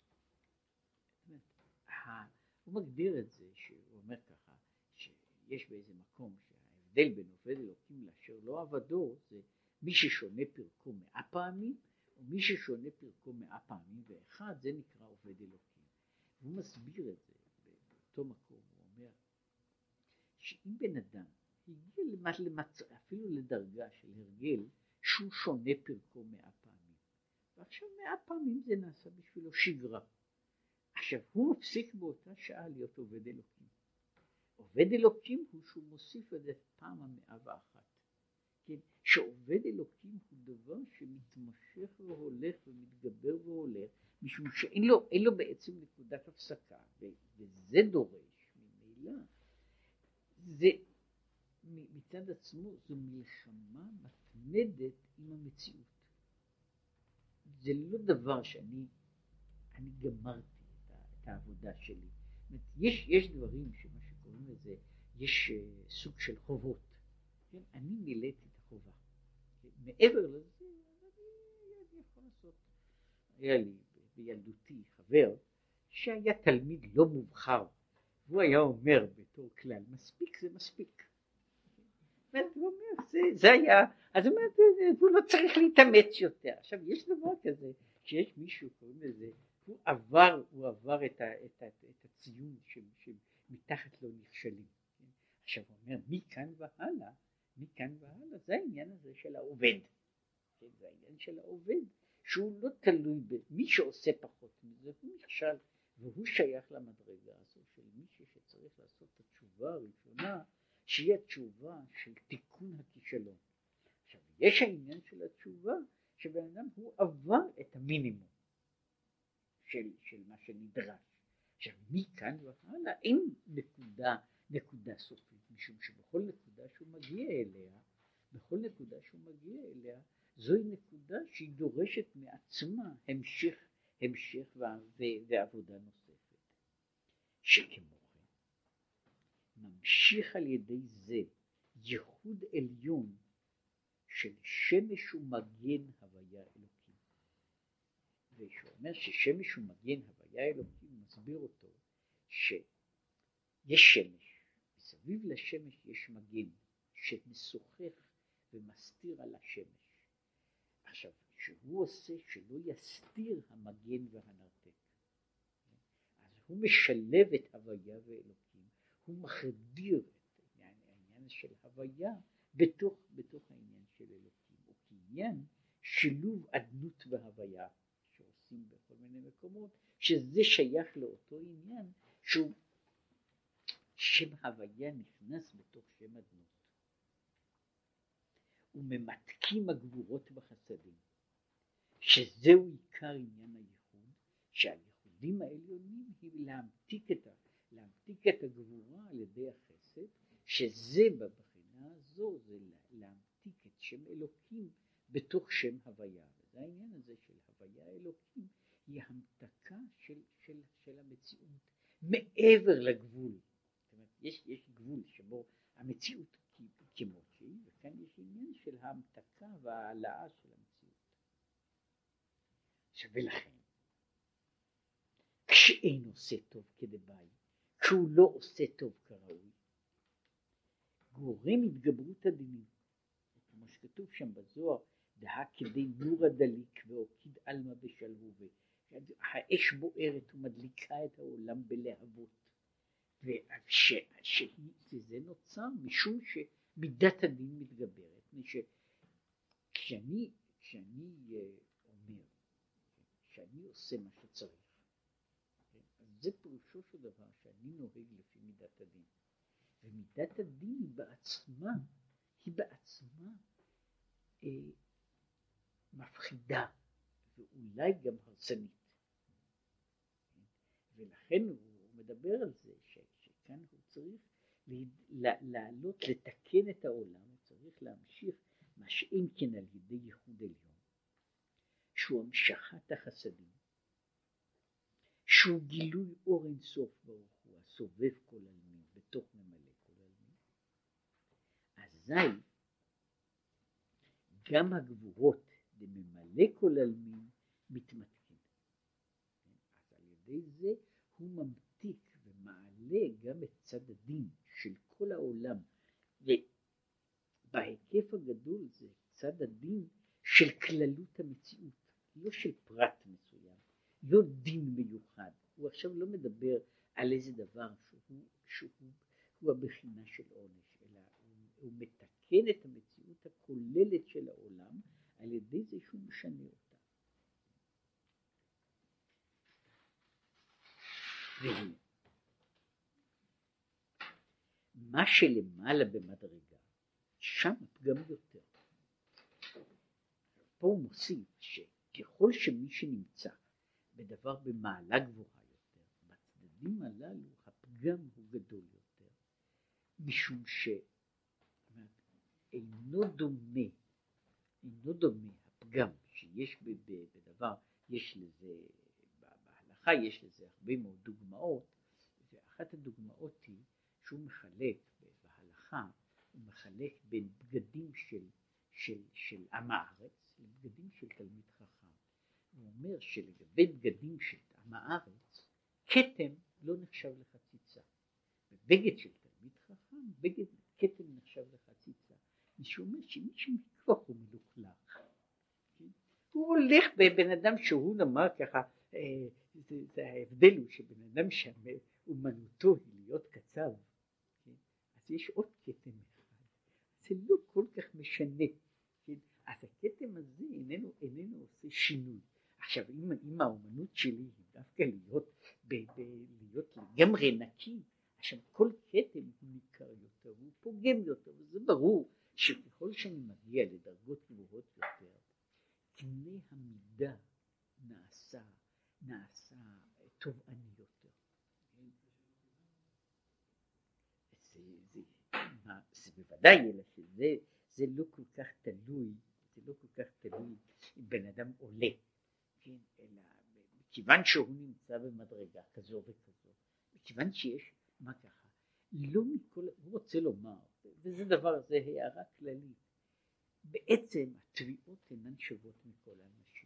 הוא מגדיר את זה, שהוא אומר ככה, שיש באיזה מקום שההבדל בין עובד אלוקים לאשר לא עבדו, זה מי ששונה פרקו מאה פעמים, או מי ששונה פרקו מאה פעמים ואחד, זה נקרא עובד אלוקים. והוא מסביר את זה באותו מקום, הוא אומר, שאם בן אדם הגיע למט למצ... אפילו לדרגה של הרגל, שהוא שונה פרקו מאה פעמים, ועכשיו מאה פעמים זה נעשה בשבילו שגרה. עכשיו הוא מפסיק באותה שעה להיות עובד אלוקים. עובד אלוקים הוא שהוא מוסיף את זה פעם המאה ואחת. כן? שעובד אלוקים הוא דבר שמתמשך והולך ומתגבר והולך, משום שאין לו, אין לו בעצם נקודת הפסקה, וזה דורש ממילא, זה מצד עצמו זו מלחמה מתמדת עם המציאות. זה לא דבר שאני אני גמרתי את, ה, את העבודה שלי. יש, יש דברים שמה שקוראים לזה, יש uh, סוג של חובות. כן? אני מילאתי את החובה. כן? מעבר לזה, אני, אני יכול לעשות. היה לי בילדותי חבר שהיה תלמיד לא מובחר, והוא היה אומר בתור כלל, מספיק זה מספיק. הוא אומר, זה, זה היה, אז הוא אומר, הוא לא צריך להתאמץ יותר. עכשיו, יש דבר כזה, שיש מישהו, קוראים לזה, הוא עבר, הוא עבר את, ה, את, ה, את הציון שמתחת לו נכשלים. עכשיו, הוא אומר, מכאן והלאה, מכאן והלאה, זה העניין הזה של העובד. זה העניין של העובד, שהוא לא תלוי במי שעושה פחות מזה, הוא נכשל, והוא שייך למדרגה הזו של מישהו שצריך לעשות את התשובה הראשונה, שהיא התשובה של תיקון הכישלון. עכשיו, יש העניין של התשובה, שבן אדם הוא עבר את המינימום של, של מה שנדרש. עכשיו, מכאן והלאה אין נקודה, נקודה סופית, משום שבכל נקודה שהוא מגיע אליה, בכל נקודה שהוא מגיע אליה, זוהי נקודה שהיא דורשת מעצמה המשך, המשך ועבודה נוספת. שכמו ממשיך על ידי זה ייחוד עליון של שמש ומגן הוויה אלוקים. ושהוא אומר ששמש ומגן הוויה אלוקים, מסביר אותו שיש שמש, מסביב לשמש יש מגן שמשוחח ומסתיר על השמש. עכשיו, שהוא עושה שלא יסתיר המגן והנרתק, אז הוא משלב את הוויה ואלוקים, הוא מחדיר את העניין, העניין של הוויה בתוך, בתוך העניין של אלוקים, וכעניין שילוב עדנות והוויה שעושים בכל מיני מקומות שזה שייך לאותו עניין שהוא שם הוויה נכנס בתוך שם אדנות. וממתקים הגבורות בחסדים, שזהו עיקר עניין הייחוד, שהייחודים העליונים היא להמתיק את, להמתיק את הגבורה על ידי החסד, שזה בבחינה הזו זה להמתיק את שם אלוקים בתוך שם הוויה. וזה העניין הזה של הוויה אלוקים, היא המתקה של, של, של המציאות מעבר לגבול. זאת אומרת, יש, יש גבול שבו המציאות כמו שהיא, וכאן יש עניין של ההמתקה והעלאה של המציאות. ולכן, כשאין עושה טוב כדבעי, כשהוא לא עושה טוב כראוי, גורם התגברות הדינים. כמו שכתוב שם בזוהר, דהה כדי נור הדליק והוקיד אלמה בשלהובה. האש בוערת ומדליקה את העולם בלהבות. ושזה נוצר משום שמידת הדין מתגברת. כשאני, כשאני אומר שאני עושה מה שצריך, אז זה פירושו של דבר שאני נוהג לפי מידת הדין. ומידת הדין היא בעצמה, היא בעצמה אה, מפחידה ואולי גם הרסנית. ולכן הוא מדבר על זה ש, שכאן הוא צריך לעלות, לתקן את העולם, הוא צריך להמשיך מה שאם כן על ידי ייחוד עליון, שהוא המשכת החסדים, שהוא גילוי אור אין סוף ברוך הוא, הסובב כל עלמין, בתוך ממלא כל עלמין. אזי גם הגבורות בממלא כל עלמין מתמתקים. אז על ידי זה הוא ממתיק ומעלה גם את צד הדין של כל העולם, ובהיקף הגדול זה צד הדין של כללות המציאות, לא של פרט מסוים, לא דין מיוחד. הוא עכשיו לא מדבר על איזה דבר שהוא, שהוא הוא הבחינה של עונש, אלא הוא, הוא מתקן את המציאות הכוללת של העולם על ידי זה שהוא משנה אותה. והנה, מה שלמעלה במדרגה, שם הפגם יותר. פה הוא מוסיף שככל שמי שנמצא בדבר במעלה גבוהה יותר, בצדדים הללו הפגם הוא גדול יותר, משום שאינו דומה, אינו דומה הפגם שיש בדבר, יש לזה, בהלכה יש לזה הרבה מאוד דוגמאות, ואחת הדוגמאות היא שהוא מחלק בהלכה, הוא מחלק בין בגדים של, של, של עם הארץ לבגדים של תלמיד חכם. הוא אומר שלגבי בגדים של עם הארץ, כתם לא נחשב לחציצה. בבגד של תלמיד חכם, בגד כתם נחשב לחציצה. שהוא אומר שמי שמכוח הוא מלוכלך. כן? הוא הולך בבן אדם שהוא נאמר ככה, אה, זה, זה ההבדל הוא שבן אדם שאומנותו היא להיות קצב. כן? אז יש עוד כתם אחד. זה לא כל כך משנה. כן? אז הכתם הזה איננו, איננו עושה שינוי. עכשיו אם, אם האומנות שלי היא דווקא להיות, ב, ב, להיות לגמרי נקי, עכשיו כל כתם הוא ניכר יותר, הוא פוגם יותר, וזה ברור שככל שאני מגיע לדרגות גבוהות יותר, קנה המידה נעשה, נעשה תובעני יותר. זה, זה, מה, זה בוודאי, אלא שזה זה לא כל כך תלוי, זה לא כל כך תלוי אם בן אדם עולה, כן, אלא מכיוון שהוא נמצא במדרגה כזו וכזו, מכיוון שיש, מה ככה, לא מכל, הוא רוצה לומר, וזה דבר, זה הערה כללית, בעצם התביעות אינן שוות מכל האנשים.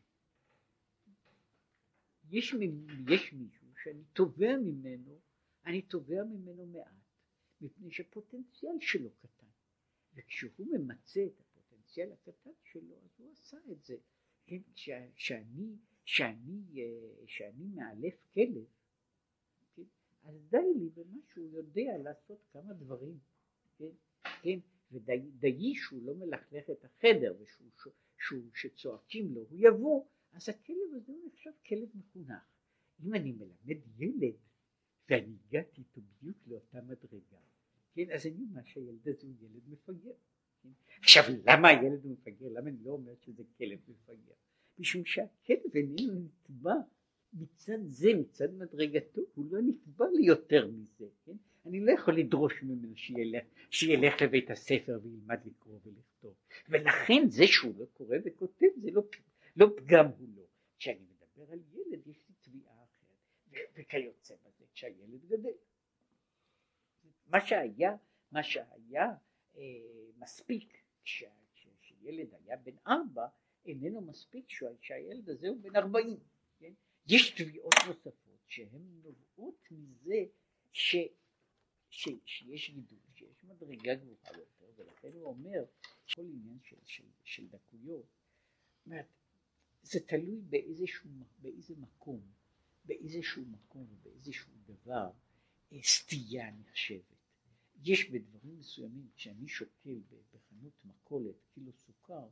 יש, יש מישהו שאני תובע ממנו, אני תובע ממנו מעט, מפני שפוטנציאל שלו קטן, וכשהוא ממצא את הפוטנציאל הקטן שלו, אז הוא עשה את זה. כן, שאני, שאני, שאני מאלף כלב, כן, אז די לי במה שהוא יודע לעשות כמה דברים, כן, כן, ודי שהוא לא מלכלך את החדר, ושהוא, שהוא, שצועקים לו, הוא יבוא, אז הכלב הזה הוא נחשב כלב מחונך. אם אני מלמד ילד ואני הגעתי איתו בדיוק לאותה מדרגה, כן, אז אני אומר שהילד הזה הוא ילד מפגר. כן? עכשיו למה הילד הוא מפגר? למה אני לא אומר שזה כלב מפגר? משום שהכלב איננו נתבע מצד זה, מצד מדרגתו, הוא לא נתבע לי יותר מזה. כן? אני לא יכול לדרוש ממנו שילך, שילך לבית הספר וילמד לקרוא ולכתוב, ולכן זה שהוא לא קורא וכותב זה לא, לא פגם הוא לא. כשאני מדבר על ילד יש לי תביעה אחרת, וכיוצא בזה כשהילד גדל. מה שהיה, מה שהיה אה, מספיק כשילד היה בן ארבע, איננו מספיק שהילד הזה הוא בן ארבעים. כן? יש תביעות נוספות שהן נובעות מזה ש, ש, שיש גידול, שיש מדרגה גבוהה יותר, ולכן הוא אומר כל עניין של, של, של דקויות, אומרת, זה תלוי באיזשהו, באיזה מקום, באיזשהו מקום ובאיזשהו דבר סטייה נחשבת. יש בדברים מסוימים, כשאני שוקל בחנות מכולת קילו סוכר,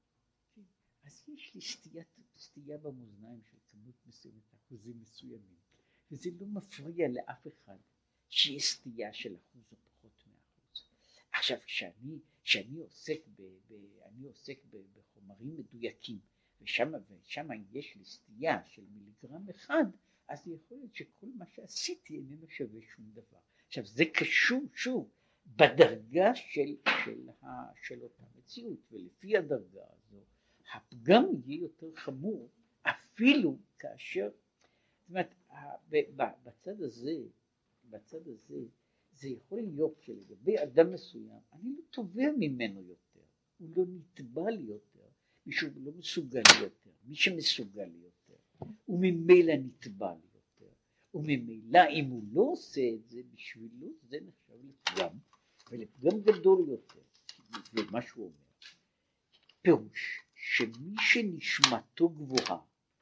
אז יש לי סטייה, סטייה במאזניים של כמות מסוימת, אחוזים מסוימים, וזה לא מפריע לאף אחד שיש סטייה של אחוז או פחות מאחוז. עכשיו, כשאני, כשאני עוסק, ב, ב, אני עוסק ב, בחומרים מדויקים, ושם, ושם יש לי סטייה של מיליגרם אחד, אז יכול להיות שכל מה שעשיתי איננו שווה שום דבר. עכשיו, זה קשור שוב בדרגה של, של, ה, של אותה מציאות, ולפי הדרגה הזו, הפגם יהיה יותר חמור, אפילו כאשר, זאת אומרת, בצד הזה, בצד הזה, זה יכול להיות שלגבי אדם מסוים, אני לא תובע ממנו יותר, הוא לא נתבע לי יותר, מישהו לא מסוגל לי יותר, מי שמסוגל לי יותר, הוא ממילא נתבע לי יותר, וממילא אם הוא לא עושה את זה, בשבילו זה נחשב לפגם, ולפגם גדול יותר, למה שהוא אומר. פירוש, שמי שנשמתו גבוהה,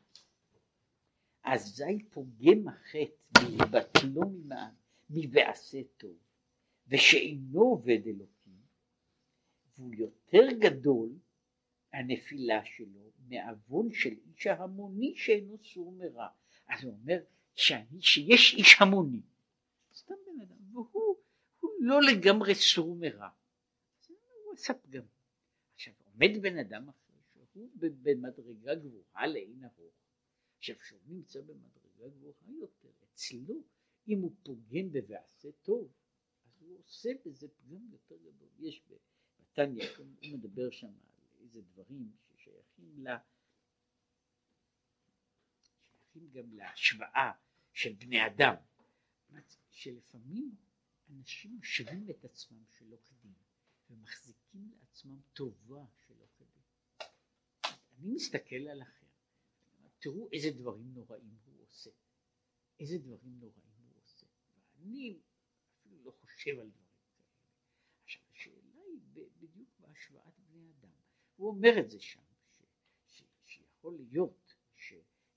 אזי פוגם החטא מבטלו ממען, מבעשה טוב, ושאינו עובד אלוקים, והוא יותר גדול, הנפילה שלו, מעוון של איש ההמוני שאינו סור מרע. אז הוא אומר, שאני, שיש איש המוני, סתם בן אדם, והוא הוא לא לגמרי סור מרע. הוא עשה פגם. עכשיו, עומד בן אדם אחר, שהוא במדרגה גבוהה לאין ארוך. עכשיו, שהוא נמצא במדרגה גבוהה יותר, אצלו, אם הוא פוגם בבעשה טוב, אז הוא עושה בזה פגם יותר גדול. יש בתניא, הוא מדבר שם על איזה דברים ששייכים לה, שייכים גם להשוואה של בני אדם, שלפעמים אנשים משווים את עצמם שלא כדין, ומחזיקים לעצמם טובה שלא כדין. אני מסתכל על אחר, תראו איזה דברים נוראים הוא עושה, איזה דברים נוראים הוא עושה, ואני אפילו לא חושב על דברים כאלה. עכשיו השאלה היא בדיוק בהשוואת בני אדם, הוא אומר את זה שם, ש, ש, שיכול להיות ש,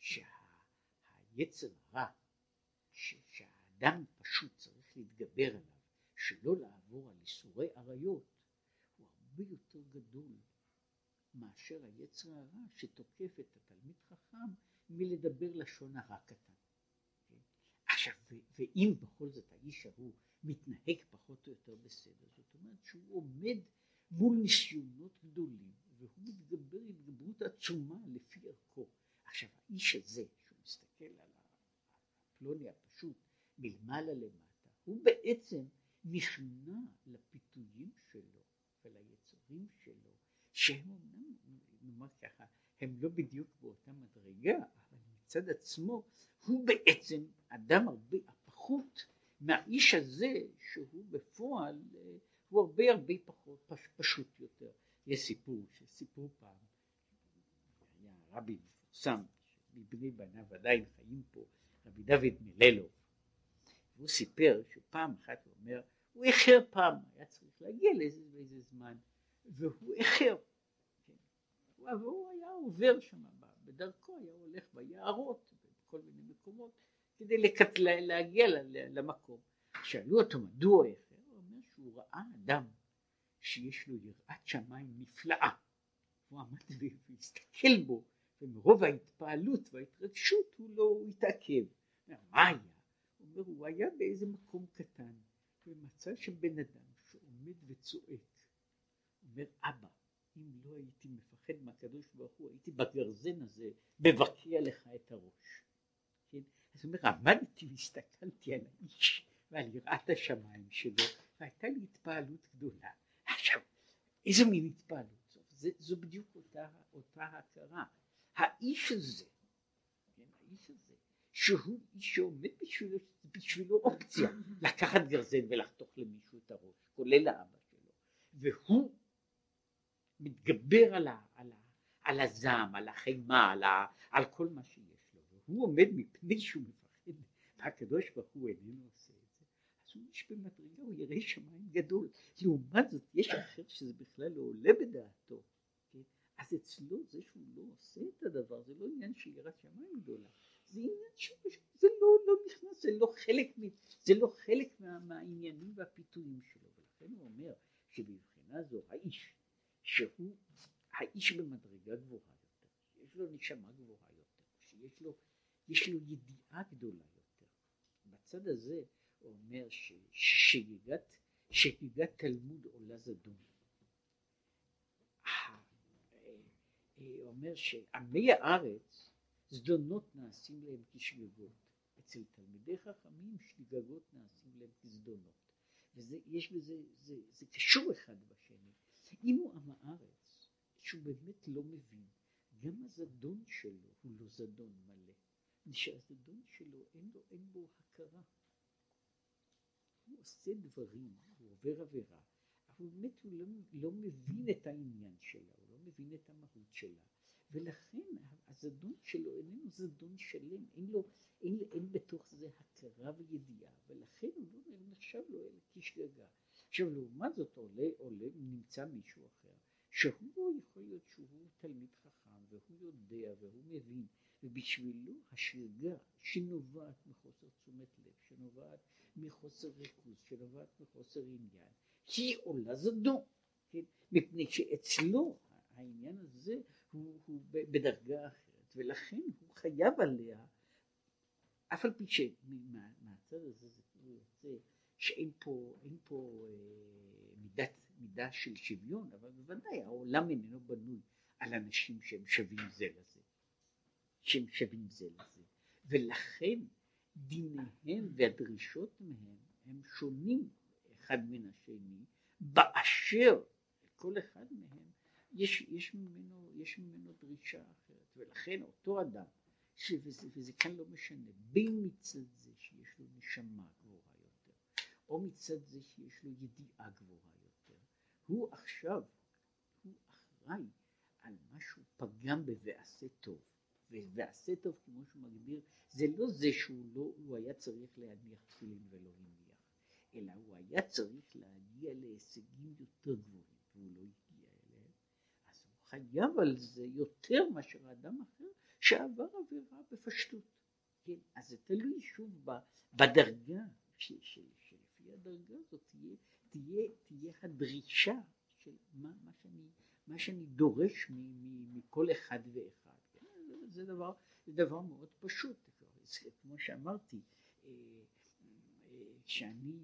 שהיצר הרע, ש, שהאדם פשוט צריך להתגבר עליו, שלא לעבור על איסורי עריות, הוא הרבה יותר גדול מאשר היצר הרע שתוקף את התלמיד חכם מלדבר לשון הרע קטן. עכשיו, ואם בכל זאת האיש ההוא מתנהג פחות או יותר בסדר, זאת אומרת שהוא עומד מול ניסיונות גדולים, והוא מתגבר התגברות עצומה לפי ערכו. עכשיו, האיש הזה, שהוא מסתכל על הפלוני הפשוט מלמעלה למטה, הוא בעצם נכנע לפיתויים שלו וליצורים שלו, שהם אומנם, נאמר ככה, הם לא בדיוק באותה מדרגה, אבל מצד עצמו הוא בעצם אדם הרבה הפחות מהאיש הזה, שהוא בפועל הוא הרבה הרבה פחות פש, פשוט יותר. יש סיפור, שסיפור פעם, היה רבי מפורסם, מבני בניו עדיין חיים פה, רבי דוד מללוב, והוא סיפר שפעם אחת הוא אומר, הוא איחר פעם, היה צריך להגיע לאיזה, לאיזה זמן, והוא איחר, כן? והוא היה עובר שם, בדרכו היה הולך ביערות, בכל מיני מקומות, כדי לקט... להגיע למקום. שאלו אותו מדוע איחר, הוא אומר שהוא ראה אדם שיש לו יראת שמיים נפלאה, הוא עמד והסתכל בו ומרוב ההתפעלות וההתרגשות הוא לא, הוא התעכב. מה היה? הוא אומר, הוא היה באיזה מקום קטן, ומצא שבן אדם שעומד וצועק, הוא אומר, אבא, אם לא הייתי מפחד מהקדוש ברוך הוא, הייתי בגרזן הזה מבקע לך את הראש. כן? אז הוא אומר, עמדתי והסתכלתי על האיש ועל יראת השמיים שלו, והייתה לי התפעלות גדולה. עכשיו, איזו מין התפעלות? זה, זו בדיוק אותה, אותה הכרה. האיש הזה, כן, האיש הזה, שהוא איש שעומד בשבילו, בשבילו אופציה, לקחת גרזן ולחתוך למישהו את הראש, כולל האבא שלו, והוא מתגבר על, ה, על, ה, על הזעם, על החימה, על, ה, על כל מה שיש לו, והוא עומד מפני שהוא מפחד, והקדוש ברוך הוא איננו עושה את זה, אז הוא איש במדרגה, הוא ירא שמיים גדול. לעומת זאת, יש אחר שזה בכלל לא עולה בדעתו, כן? אז אצלו זה שהוא לא עושה את הדבר, זה לא עניין של יראת שמיים גדולה, זה עניין שזה לא, לא נכנס, זה לא חלק, זה לא חלק מה, מהעניינים והפיתויים שלו, ולכן הוא אומר שבבחינה זו האיש, שהוא האיש במדרגה גבוהה יותר, שיש לו נשמה גבוהה יותר, שיש לו, יש לו ידיעה גדולה יותר. בצד הזה הוא אומר ששגיגת, שגיגת תלמוד עולה זדון. הוא אומר שעמי הארץ זדונות נעשים להם כשגגות, אצל תלמידי חכמים שגגות נעשים להם כזדונות, וזה יש בזה, זה, זה קשור אחד בשני. אם הוא עם הארץ שהוא באמת לא מבין, גם הזדון שלו הוא לא זדון מלא, שהזדון שלו אין, לו, אין בו הכרה, הוא עושה דברים, הוא עובר עבירה, אבל באמת הוא לא, לא מבין את העניין שלה, הוא לא מבין את המהות שלה, ולכן הזדון שלו איננו זדון שלם, אין לו, אין, אין בתוך זה הכרה וידיעה, ולכן הוא לא נחשב לו אלא כשגגה. עכשיו לעומת זאת עולה, עולה, נמצא מישהו אחר, שהוא יכול להיות שהוא תלמיד חכם, והוא יודע והוא מבין, ובשבילו השגגה שנובעת מחוסר תשומת לב, שנובעת מחוסר ריכוז, שנובעת מחוסר עניין, היא עולה זדון, כן? מפני שאצלו העניין הזה הוא, הוא בדרגה אחרת, ולכן הוא חייב עליה, אף על פי שמהצד הזה זה כאילו יוצא שאין פה, אין פה אה, מידת, מידה של שוויון, אבל בוודאי העולם איננו בנוי על אנשים שהם שווים זה לזה, שהם שווים זה לזה, ולכן דיניהם והדרישות מהם הם שונים אחד מן השני, באשר כל אחד מהם יש, יש ממנו, יש ממנו דרישה אחרת, ולכן אותו אדם, וזה, וזה כאן לא משנה, בין מצד זה שיש לו נשמה גבוהה יותר, או מצד זה שיש לו ידיעה גבוהה יותר, הוא עכשיו, הוא אחראי על משהו פגם בבעשה טוב, ובעשה טוב כמו שהוא מגדיר, זה לא זה שהוא לא, הוא היה צריך להניח תפילין ולא הניח, אלא הוא היה צריך להגיע להישגים יותר גבוהים, והוא לא הגיע אליהם, אז הוא חייב על זה יותר מאשר אדם אחר, שעבר עבירה בפשטות, כן? אז זה תלוי שוב בדרגה, שלפי הדרגה הזאת תהיה, תהיה, תהיה הדרישה של מה, מה, שאני, מה שאני דורש מ, מ, מכל אחד ואחד, כן? זה, זה, דבר, זה דבר מאוד פשוט, זה, כמו שאמרתי, שאני,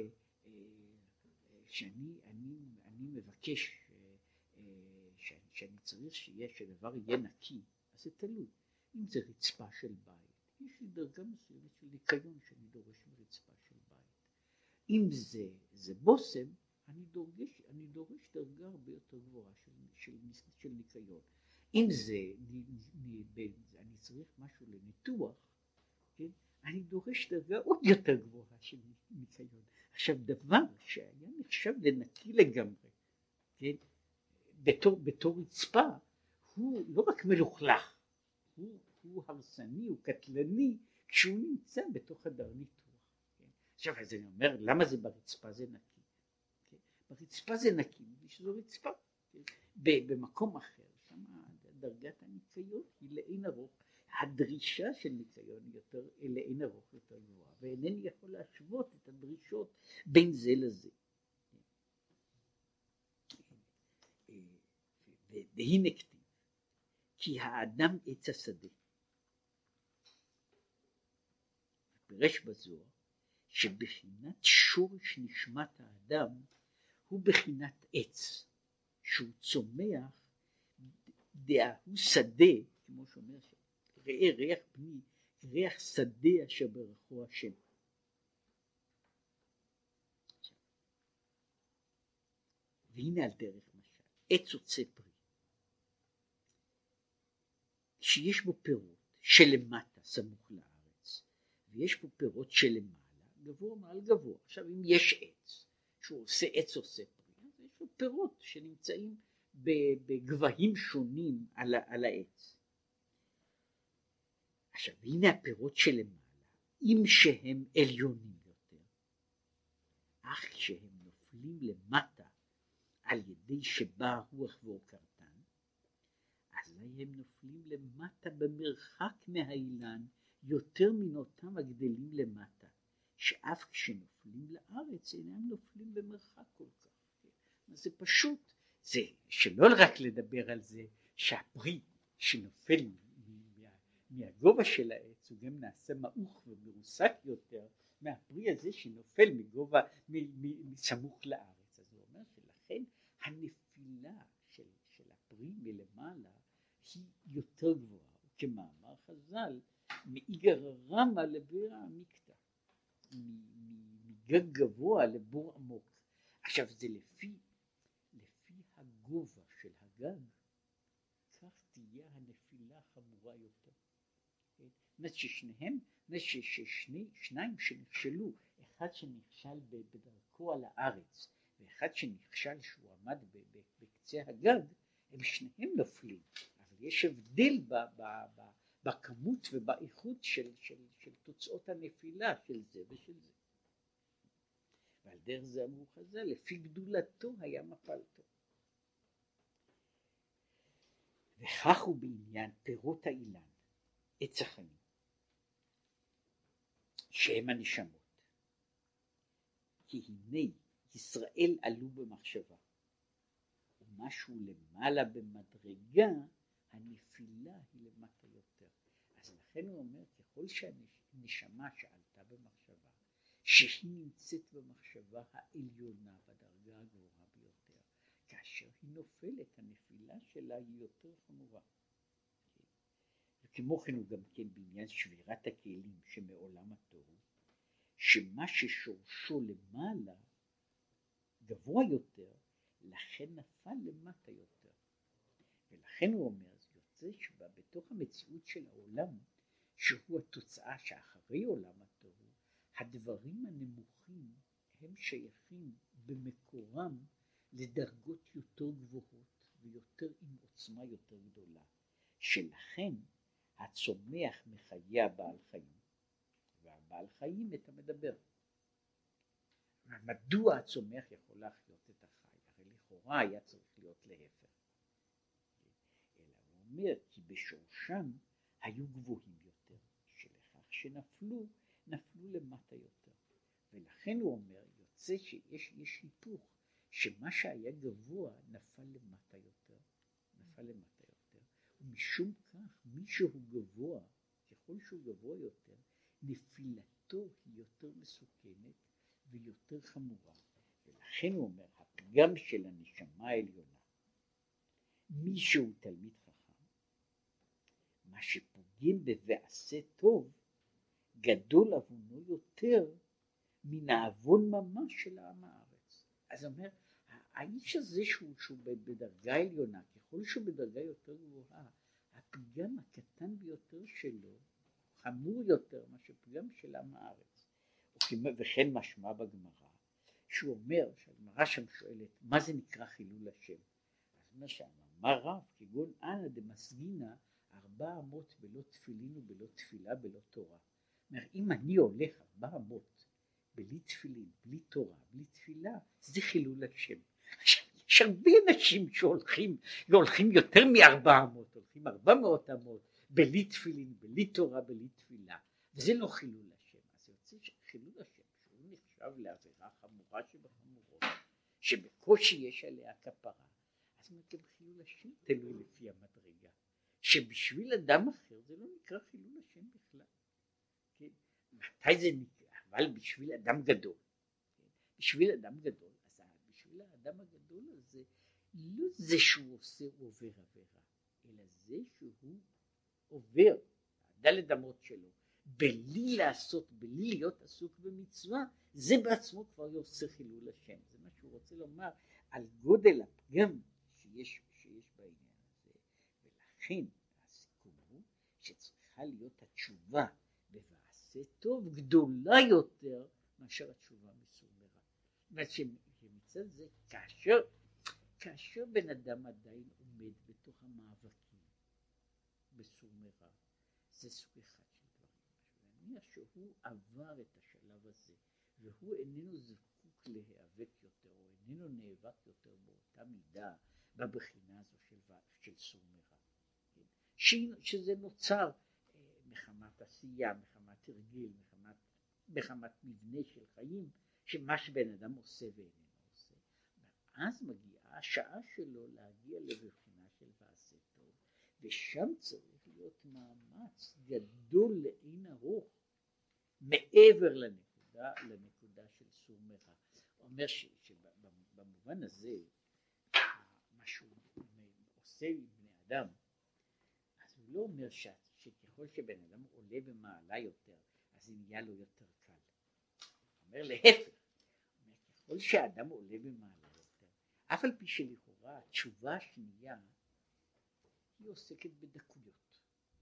שאני אני, אני מבקש שאני, שאני צריך שיהיה, שדבר יהיה נקי, אז זה תלוי. אם זה רצפה של בית, יש לי דרגה מסוימת של ניקיון שאני דורש מרצפה של בית. אם זה, זה בוסם, אני דורש, אני דורש דרגה הרבה יותר גבוהה של, של, של ניקיון. אם זה, אני צריך משהו לניתוח, כן? אני דורש דרגה עוד יותר גבוהה של ניקיון. עכשיו דבר שהיה נחשב לנקי לגמרי, כן? בתור, בתור רצפה, הוא לא רק מלוכלך, הוא, הוא הרסני, הוא קטלני, כשהוא נמצא בתוך הדר ניתוח. כן? עכשיו, אז אני אומר, למה זה ברצפה זה נקי? כן? ברצפה זה נקי, שזו רצפה. כן? במקום אחר, שם דרגת הניקיון היא לאין ארוך, הדרישה של ניקיון היא יותר, לאין ארוך יותר גבוהה, ואינני יכול להשוות את הדרישות בין זה לזה. והנה כתיב, כי האדם עץ השדה. פירש בזוהר שבחינת שורש נשמת האדם הוא בחינת עץ, שהוא צומח, דהוא שדה, כמו שאומר, ראה ריח פני, ריח שדה אשר ברכו השם. והנה על דרך משל, עץ עוצה פרי, שיש בו פירות שלמטה סמוך לארץ, ויש בו פירות שלמעלה, גבוה מעל גבוה. עכשיו אם יש עץ, שהוא עושה עץ עושה פרי, אז יש לו פירות שנמצאים בגבהים שונים על, על העץ. עכשיו הנה הפירות שלמעלה, אם שהם עליונים יותר, אך כשהם נופלים למטה על ידי שבא הרוח ועוקרתן, אזי הם נופלים למטה במרחק מהאילן יותר מן אותם הגדלים למטה, שאף כשנופלים לארץ אינם נופלים במרחק כל כך. זה פשוט, זה שלא רק לדבר על זה שהפרי שנופל מה, מהגובה של העץ הוא גם נעשה מעוך ומרוסק יותר מהפרי הזה שנופל מגובה מסמוך לארץ. אז הוא אומר שלכן הנפילה של, של הפרי מלמעלה היא יותר גבוהה, וכמאמר חז"ל מאיגרא רמא לבירא עמיקתא, מגג גבוה לבור עמוק. עכשיו זה לפי לפי הגובה של הגג, כך תהיה הנפילה חמורה יותר. זאת ששניהם, ששני שניים שנכשלו, אחד שנכשל בדרכו על הארץ ואחד שנכשל שהוא עמד בקצה הגג, הם שניהם נופלים, אבל יש הבדל ב, ב, ב, בכמות ובאיכות של, של, של תוצאות הנפילה של זה ושל זה. ועל דרך זה אמרו חז"ל, לפי גדולתו היה מפלתו. וכך הוא בעניין פירות האילן, עץ החיים, שהם הנשמות. כי הנה ישראל עלו במחשבה, ומשהו למעלה במדרגה, הנפילה היא למטה יותר. אז לכן הוא אומר, ככל שהנשמה שעלתה במחשבה, שהיא נמצאת במחשבה העליונה, בדרגה הגבוהה ביותר, כאשר היא נופלת, הנפילה שלה היא יותר חמורה. וכמו כן הוא גם כן בעניין שבירת הכלים שמעולם התוהו, שמה ששורשו למעלה גבוה יותר, לכן נפל למטה יותר. ולכן הוא אומר, זה יוצא שבתוך המציאות של העולם, שהוא התוצאה שאחרי עולם התוהו, הדברים הנמוכים הם שייכים במקורם לדרגות יותר גבוהות ויותר עם עוצמה יותר גדולה, שלכן הצומח מחיה בעל חיים והבעל חיים את המדבר. מדוע הצומח יכול להחיות את החי? הרי לכאורה היה צריך להיות להפך. אלא הוא אומר כי בשורשם היו גבוהים יותר, שלכך שנפלו נפלו למטה יותר. ולכן הוא אומר, יוצא שיש יש היפוך, שמה שהיה גבוה נפל למטה יותר, נפל למטה יותר, ומשום כך מי שהוא גבוה, ככל שהוא גבוה יותר, נפילתו היא יותר מסוכנת ויותר חמורה. ולכן הוא אומר, הפגם של הנשמה העליונה, מי שהוא תלמיד חכם, מה שפוגם בבעשה טוב, גדול עוונו יותר מן העוון ממש של העם הארץ. אז הוא אומר, האיש הזה שהוא, שהוא בדרגה עליונה, ככל שהוא בדרגה יותר גבוהה, הפגם הקטן ביותר שלו חמור יותר מאשר פגם של עם הארץ. וכן משמע בגמרא, שהוא אומר, שהגמרא שם שואלת, מה זה נקרא חילול השם? אז הוא אומר שאמר רב, כגון אנא דמסגינא ארבע אמות בלא תפילין ובלא תפילה בלא תורה. אומר, אם אני הולך ארבע אמות בלי תפילין, בלי תורה, בלי תפילה, זה חילול השם. יש הרבה אנשים שהולכים, והולכים יותר מארבע אמות, הולכים ארבע מאות אמות, בלי תפילין, בלי תורה, בלי תפילה, וזה לא חילול השם. אז יוצא שחילול השם, שהוא נחשב לעבירה חמורה שבחמורות, שבקושי יש עליה כפרה, אז גם חילול השם תלוי לפי המדרגה, שבשביל אדם אחר זה לא נקרא חילול השם בכלל. כן? מתי זה נקרא? אבל בשביל אדם גדול. כן? בשביל אדם גדול, אז בשביל האדם הגדול הזה, לא זה שהוא עושה עובר עבירה, אלא זה שהוא עובר, הדלת אמות שלו, בלי לעשות, בלי להיות עסוק במצווה, זה בעצמו כבר עושה חילול השם. זה מה שהוא רוצה לומר על גודל הפגם שיש, שיש בעניין הזה. ולכן הסיכום הוא שצריכה להיות התשובה בבעשה טוב גדולה יותר מאשר התשובה מסור מרע. זאת אומרת שמצד זה כאשר, כאשר בן אדם עדיין עומד בתוך המאבקים בסור מרע, זה סוג אחד של דברים. נניח שהוא עבר את השלב הזה והוא איננו זקוק להיאבק יותר או איננו נאבק יותר באותה מידה בבחינה הזו של, של סור מרע, כן? שזה נוצר אה, מחמת עשייה, מחמת הרגל, מחמת, מחמת מבנה של חיים, שמה שבן אדם עושה ואיננו עושה, ואז מגיעה השעה שלו להגיע לבחינה של ועשה טוב, ושם צריך להיות מאמץ גדול לאין ארוך מעבר לנקודה, לנקודה של סור מרע. הוא אומר שבמובן הזה מה שהוא עושה עם בני אדם, אז הוא לא אומר ש, שככל שבן אדם עולה במעלה יותר אז זה נהיה לו יותר קל. הוא אומר להפך, הוא אומר, ככל שהאדם עולה במעלה יותר, אף על פי שלכאורה התשובה השנייה היא עוסקת בדקויות.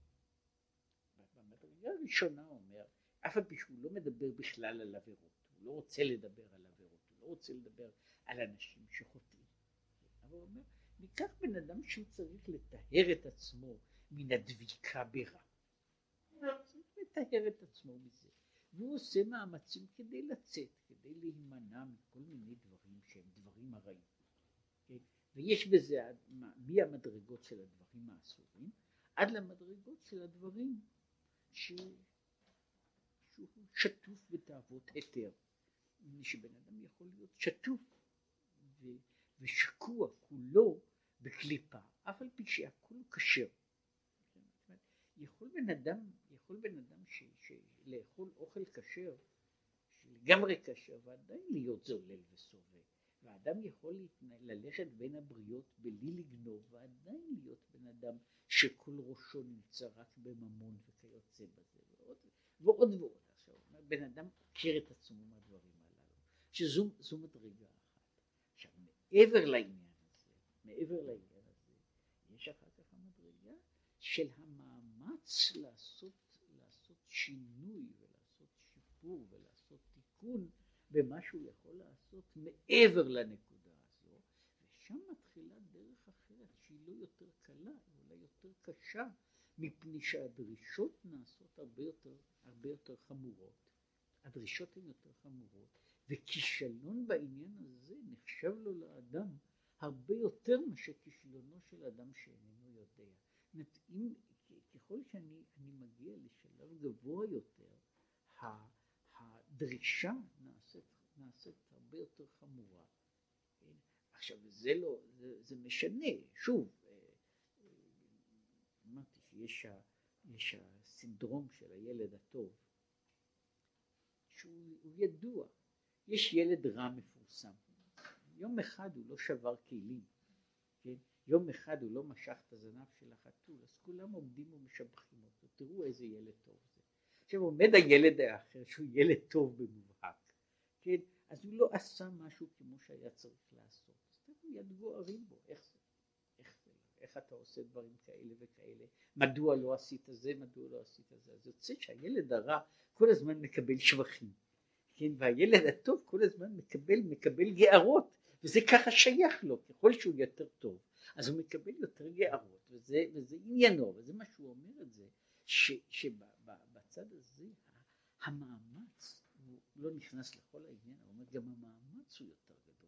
במדרגה הראשונה הוא אומר, אף על פי שהוא לא מדבר בכלל על עבירות, הוא לא רוצה לדבר על עבירות, הוא לא רוצה לדבר על אנשים שחוטאים, אבל הוא אומר, ניקח בן אדם שהוא צריך לטהר את עצמו מן הדביקה ברע, צריך לטהר את עצמו מזה, והוא עושה מאמצים כדי לצאת, כדי להימנע מכל מיני דברים שהם דברים הרעים, כן? ויש בזה מהמדרגות של הדברים האסורים עד למדרגות של הדברים ש... שהוא שטוף בתאוות היתר, שבן אדם יכול להיות שטוף ו... ושקוע כולו בקליפה, אף על פי שהכל כשר. יכול בן אדם, יכול בן אדם ש... ש... לאכול אוכל כשר, שלגמרי כשר, ועדיין להיות זולל וסובב. והאדם יכול ללכת בין הבריות בלי לגנוב, ועדיין להיות בן אדם שכל ראשו נמצא רק בממון וכיוצא בזה, ועוד ועוד ועוד. עכשיו, בן אדם מכיר את עצמו מהדברים הללו, שזו זו מדרגה אחת. עכשיו, מעבר לעניין הזה, מעבר לעניין הזה, יש אחר כך המדרגה של המאמץ לעשות, לעשות שינוי ולעשות שיפור ולעשות תיקון במה שהוא יכול לעשות מעבר לנקודה הזו, ושם מתחילה דרך אחרת שהיא לא יותר קלה, היא אולי יותר קשה, מפני שהדרישות נעשות הרבה יותר, הרבה יותר חמורות. הדרישות הן יותר חמורות, וכישלון בעניין הזה נחשב לו לאדם הרבה יותר מאשר כישלונו של אדם שאיננו יודע. אם, ככל שאני אני מגיע לשלב גבוה יותר, הדרישה נעשית, נעשית הרבה יותר חמורה. כן? עכשיו זה לא, זה, זה משנה, שוב, אמרתי שיש יש הסינדרום של הילד הטוב, שהוא ידוע. יש ילד רע מפורסם, יום אחד הוא לא שבר כלים, כן? יום אחד הוא לא משך את הזנב של החתול, אז כולם עומדים ומשבחים אותו, תראו איזה ילד טוב זה. עכשיו עומד הילד האחר שהוא ילד טוב במובהק, כן? אז הוא לא עשה משהו כמו שהיה צריך לעשות, אז תראו ידגו ערים בו, איך זה? איך זה? איך אתה עושה דברים כאלה וכאלה? מדוע לא עשית זה? מדוע לא עשית זה? אז יוצא שהילד הרע כל הזמן מקבל שבחים, כן? והילד הטוב כל הזמן מקבל, מקבל גערות, וזה ככה שייך לו, ככל שהוא יותר טוב, אז הוא מקבל יותר גערות, וזה, וזה עניינו, וזה מה שהוא אומר את זה, ש, שבצד הזה המאמץ, הוא לא נכנס לכל העניין, הוא אומר גם המאמץ הוא יותר גדול.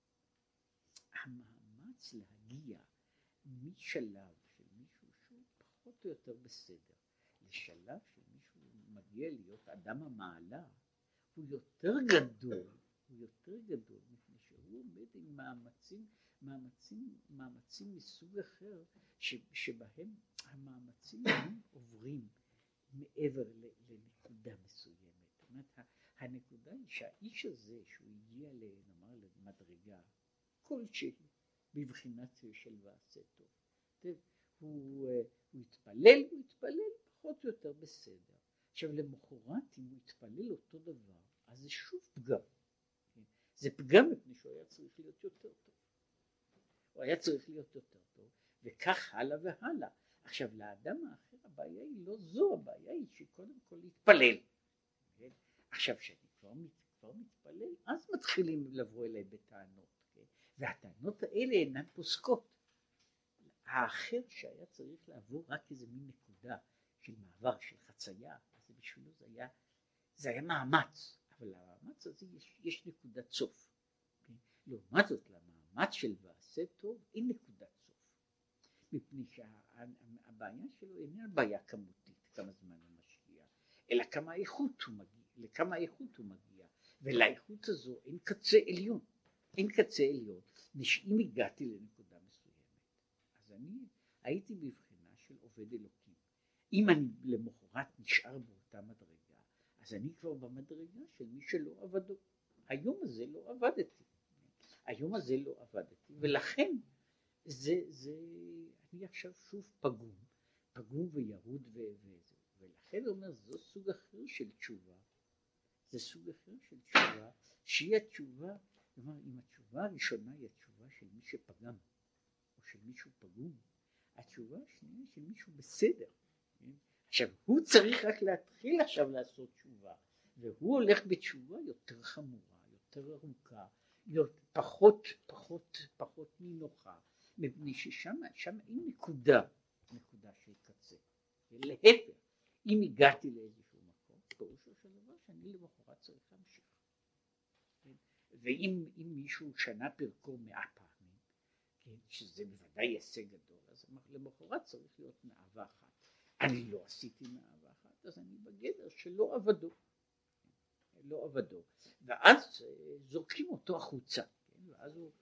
המאמץ להגיע משלב של מישהו שהוא פחות או יותר בסדר, לשלב של מישהו מגיע להיות אדם המעלה, הוא יותר גדול, הוא יותר גדול, מפני שהוא עומד עם מאמצים, מאמצים, מאמצים מסוג אחר, ש, שבהם המאמצים הם עוברים מעבר לנקודה מסוימת. זאת אומרת, הנקודה היא שהאיש הזה שהוא הגיע נאמר למדרגה כלשהי בבחינת של ועשה טוב, הוא, הוא התפלל, הוא התפלל פחות או יותר בסדר. עכשיו למחרת אם הוא התפלל אותו דבר, אז זה שוב פגם. זה פגם מפני שהוא היה צריך להיות יותר טוב. הוא היה צריך להיות יותר טוב, וכך הלאה והלאה. עכשיו לאדם האחר הבעיה היא לא זו, הבעיה היא שקודם כל להתפלל. עכשיו שאני כבר, כבר מתפלל, אז מתחילים לבוא אליי בטענות. והטענות האלה אינן פוסקות. האחר שהיה צריך לעבור רק איזה מין נקודה של מעבר, של חצייה, אז בשבילו זה היה, זה היה מאמץ, אבל למאמץ הזה יש, יש נקודת סוף. לעומת זאת, למאמץ של ועשה טוב אין נקודת סוף. מפני שהבעיה שלו איננה בעיה כמותית, כמה זמן הוא משקיע, אלא כמה איכות הוא מגיע, לכמה איכות הוא מגיע, ולאיכות הזו אין קצה עליון. אין קצה עליון, אם הגעתי לנקודה מסוימת, אז אני הייתי בבחינה של עובד אלוקים. אם אני למחרת נשאר באותה מדרגה, אז אני כבר במדרגה של מי שלא עבדו. היום הזה לא עבדתי, היום הזה לא עבדתי, ולכן זה, זה, אני עכשיו שוב פגום, פגום וירוד וזה, ולכן הוא אומר, זו סוג אחר של תשובה, זה סוג אחר של תשובה, שהיא התשובה, כלומר, אם התשובה הראשונה היא התשובה של מי שפגם, או של מישהו פגום, התשובה השנייה היא של מישהו בסדר. עכשיו, הוא צריך רק להתחיל עכשיו לעשות תשובה, והוא הולך בתשובה יותר חמורה, יותר ארוכה, פחות, פחות, פחות נינוחה, מפני ששם שם אין נקודה, נקודה של קצה. להפך, אם הגעתי לאיזשהו מקום, פירושו של דבר שאני למחרת צריך להמשיך. ואם מישהו שנה פרקו מאה פעמים, כן, שזה בוודאי הישג גדול, אז למחרת צריך להיות מאהבה אחת. אני לא עשיתי מאהבה אחת, אז אני בגדר שלא עבדו. לא עבדו. ואז זורקים אותו החוצה. כן, ואז הוא...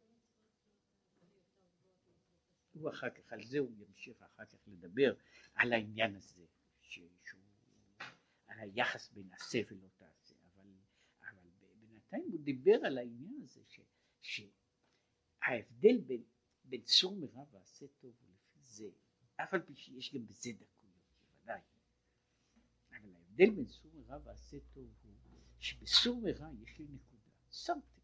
הוא אחר כך, על זה הוא ימשיך אחר כך לדבר, על העניין הזה, שהוא, על היחס בין עשה ולא תעשה. אבל, אבל בינתיים הוא דיבר על העניין הזה, ש, שההבדל בין, בין סור מרע ועשה טוב הוא לפי זה, אף על פי שיש גם בזה דקויות, בוודאי. אבל ההבדל בין סור מרע ועשה טוב הוא, שבסור מרע יש לי נקודה, שמתי.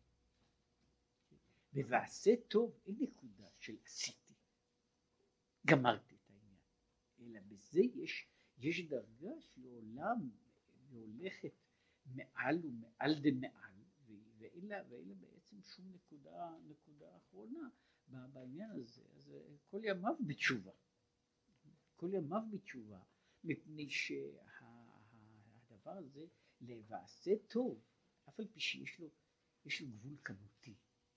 ובעשה טוב אין נקודה של עשיתי. גמרתי את העניין. אלא בזה יש, יש דרגה שלעולם הולכת מעל ומעל דמעל, ואין לה, ואין לה בעצם שום נקודה, נקודה אחרונה בעניין הזה. אז כל ימיו בתשובה. כל ימיו בתשובה, מפני שהדבר הזה לבעשה טוב, אף על פי שיש לו, יש לו גבול כמותי.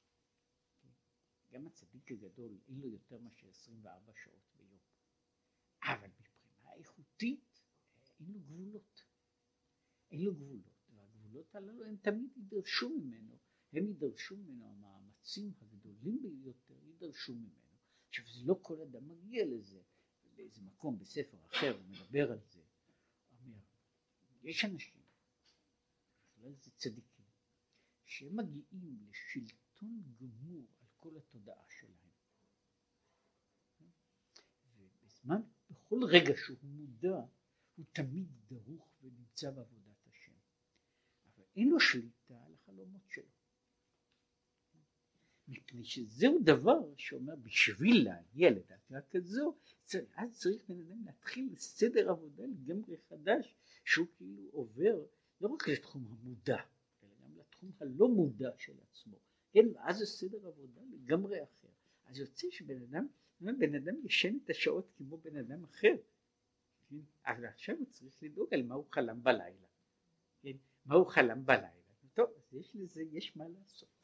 גם הצדיק הגדול אין לו יותר מאשר עשרים וארבע שעות ביום, אבל מבחינה איכותית אין לו גבולות, אין לו גבולות, והגבולות הללו הם תמיד ידרשו ממנו, הם ידרשו ממנו, המאמצים הגדולים ביותר ידרשו ממנו. עכשיו זה לא כל אדם מגיע לזה, באיזה מקום בספר אחר הוא מדבר על זה, אומר, יש אנשים, אולי זה צדיקים, שהם מגיעים לשלטון גמור כל התודעה שלהם. ובזמן, בכל רגע שהוא מודע, הוא תמיד דרוך ונמצא בעבודת השם. אבל אין לו שליטה על החלומות שלו. מפני שזהו דבר שאומר, בשביל להגיע לדרגה כזו, אז צריך בן אדם להתחיל סדר עבודה לגמרי חדש, שהוא כאילו עובר לא רק לתחום המודע, אלא גם לתחום הלא מודע של עצמו. כן, ואז זה סדר עבודה לגמרי אחר. אז יוצא שבן אדם, בן אדם ישן את השעות כמו בן אדם אחר. כן? אבל עכשיו הוא צריך לדאוג על מה הוא חלם בלילה. כן? מה הוא חלם בלילה. טוב, אז יש לזה, יש מה לעשות.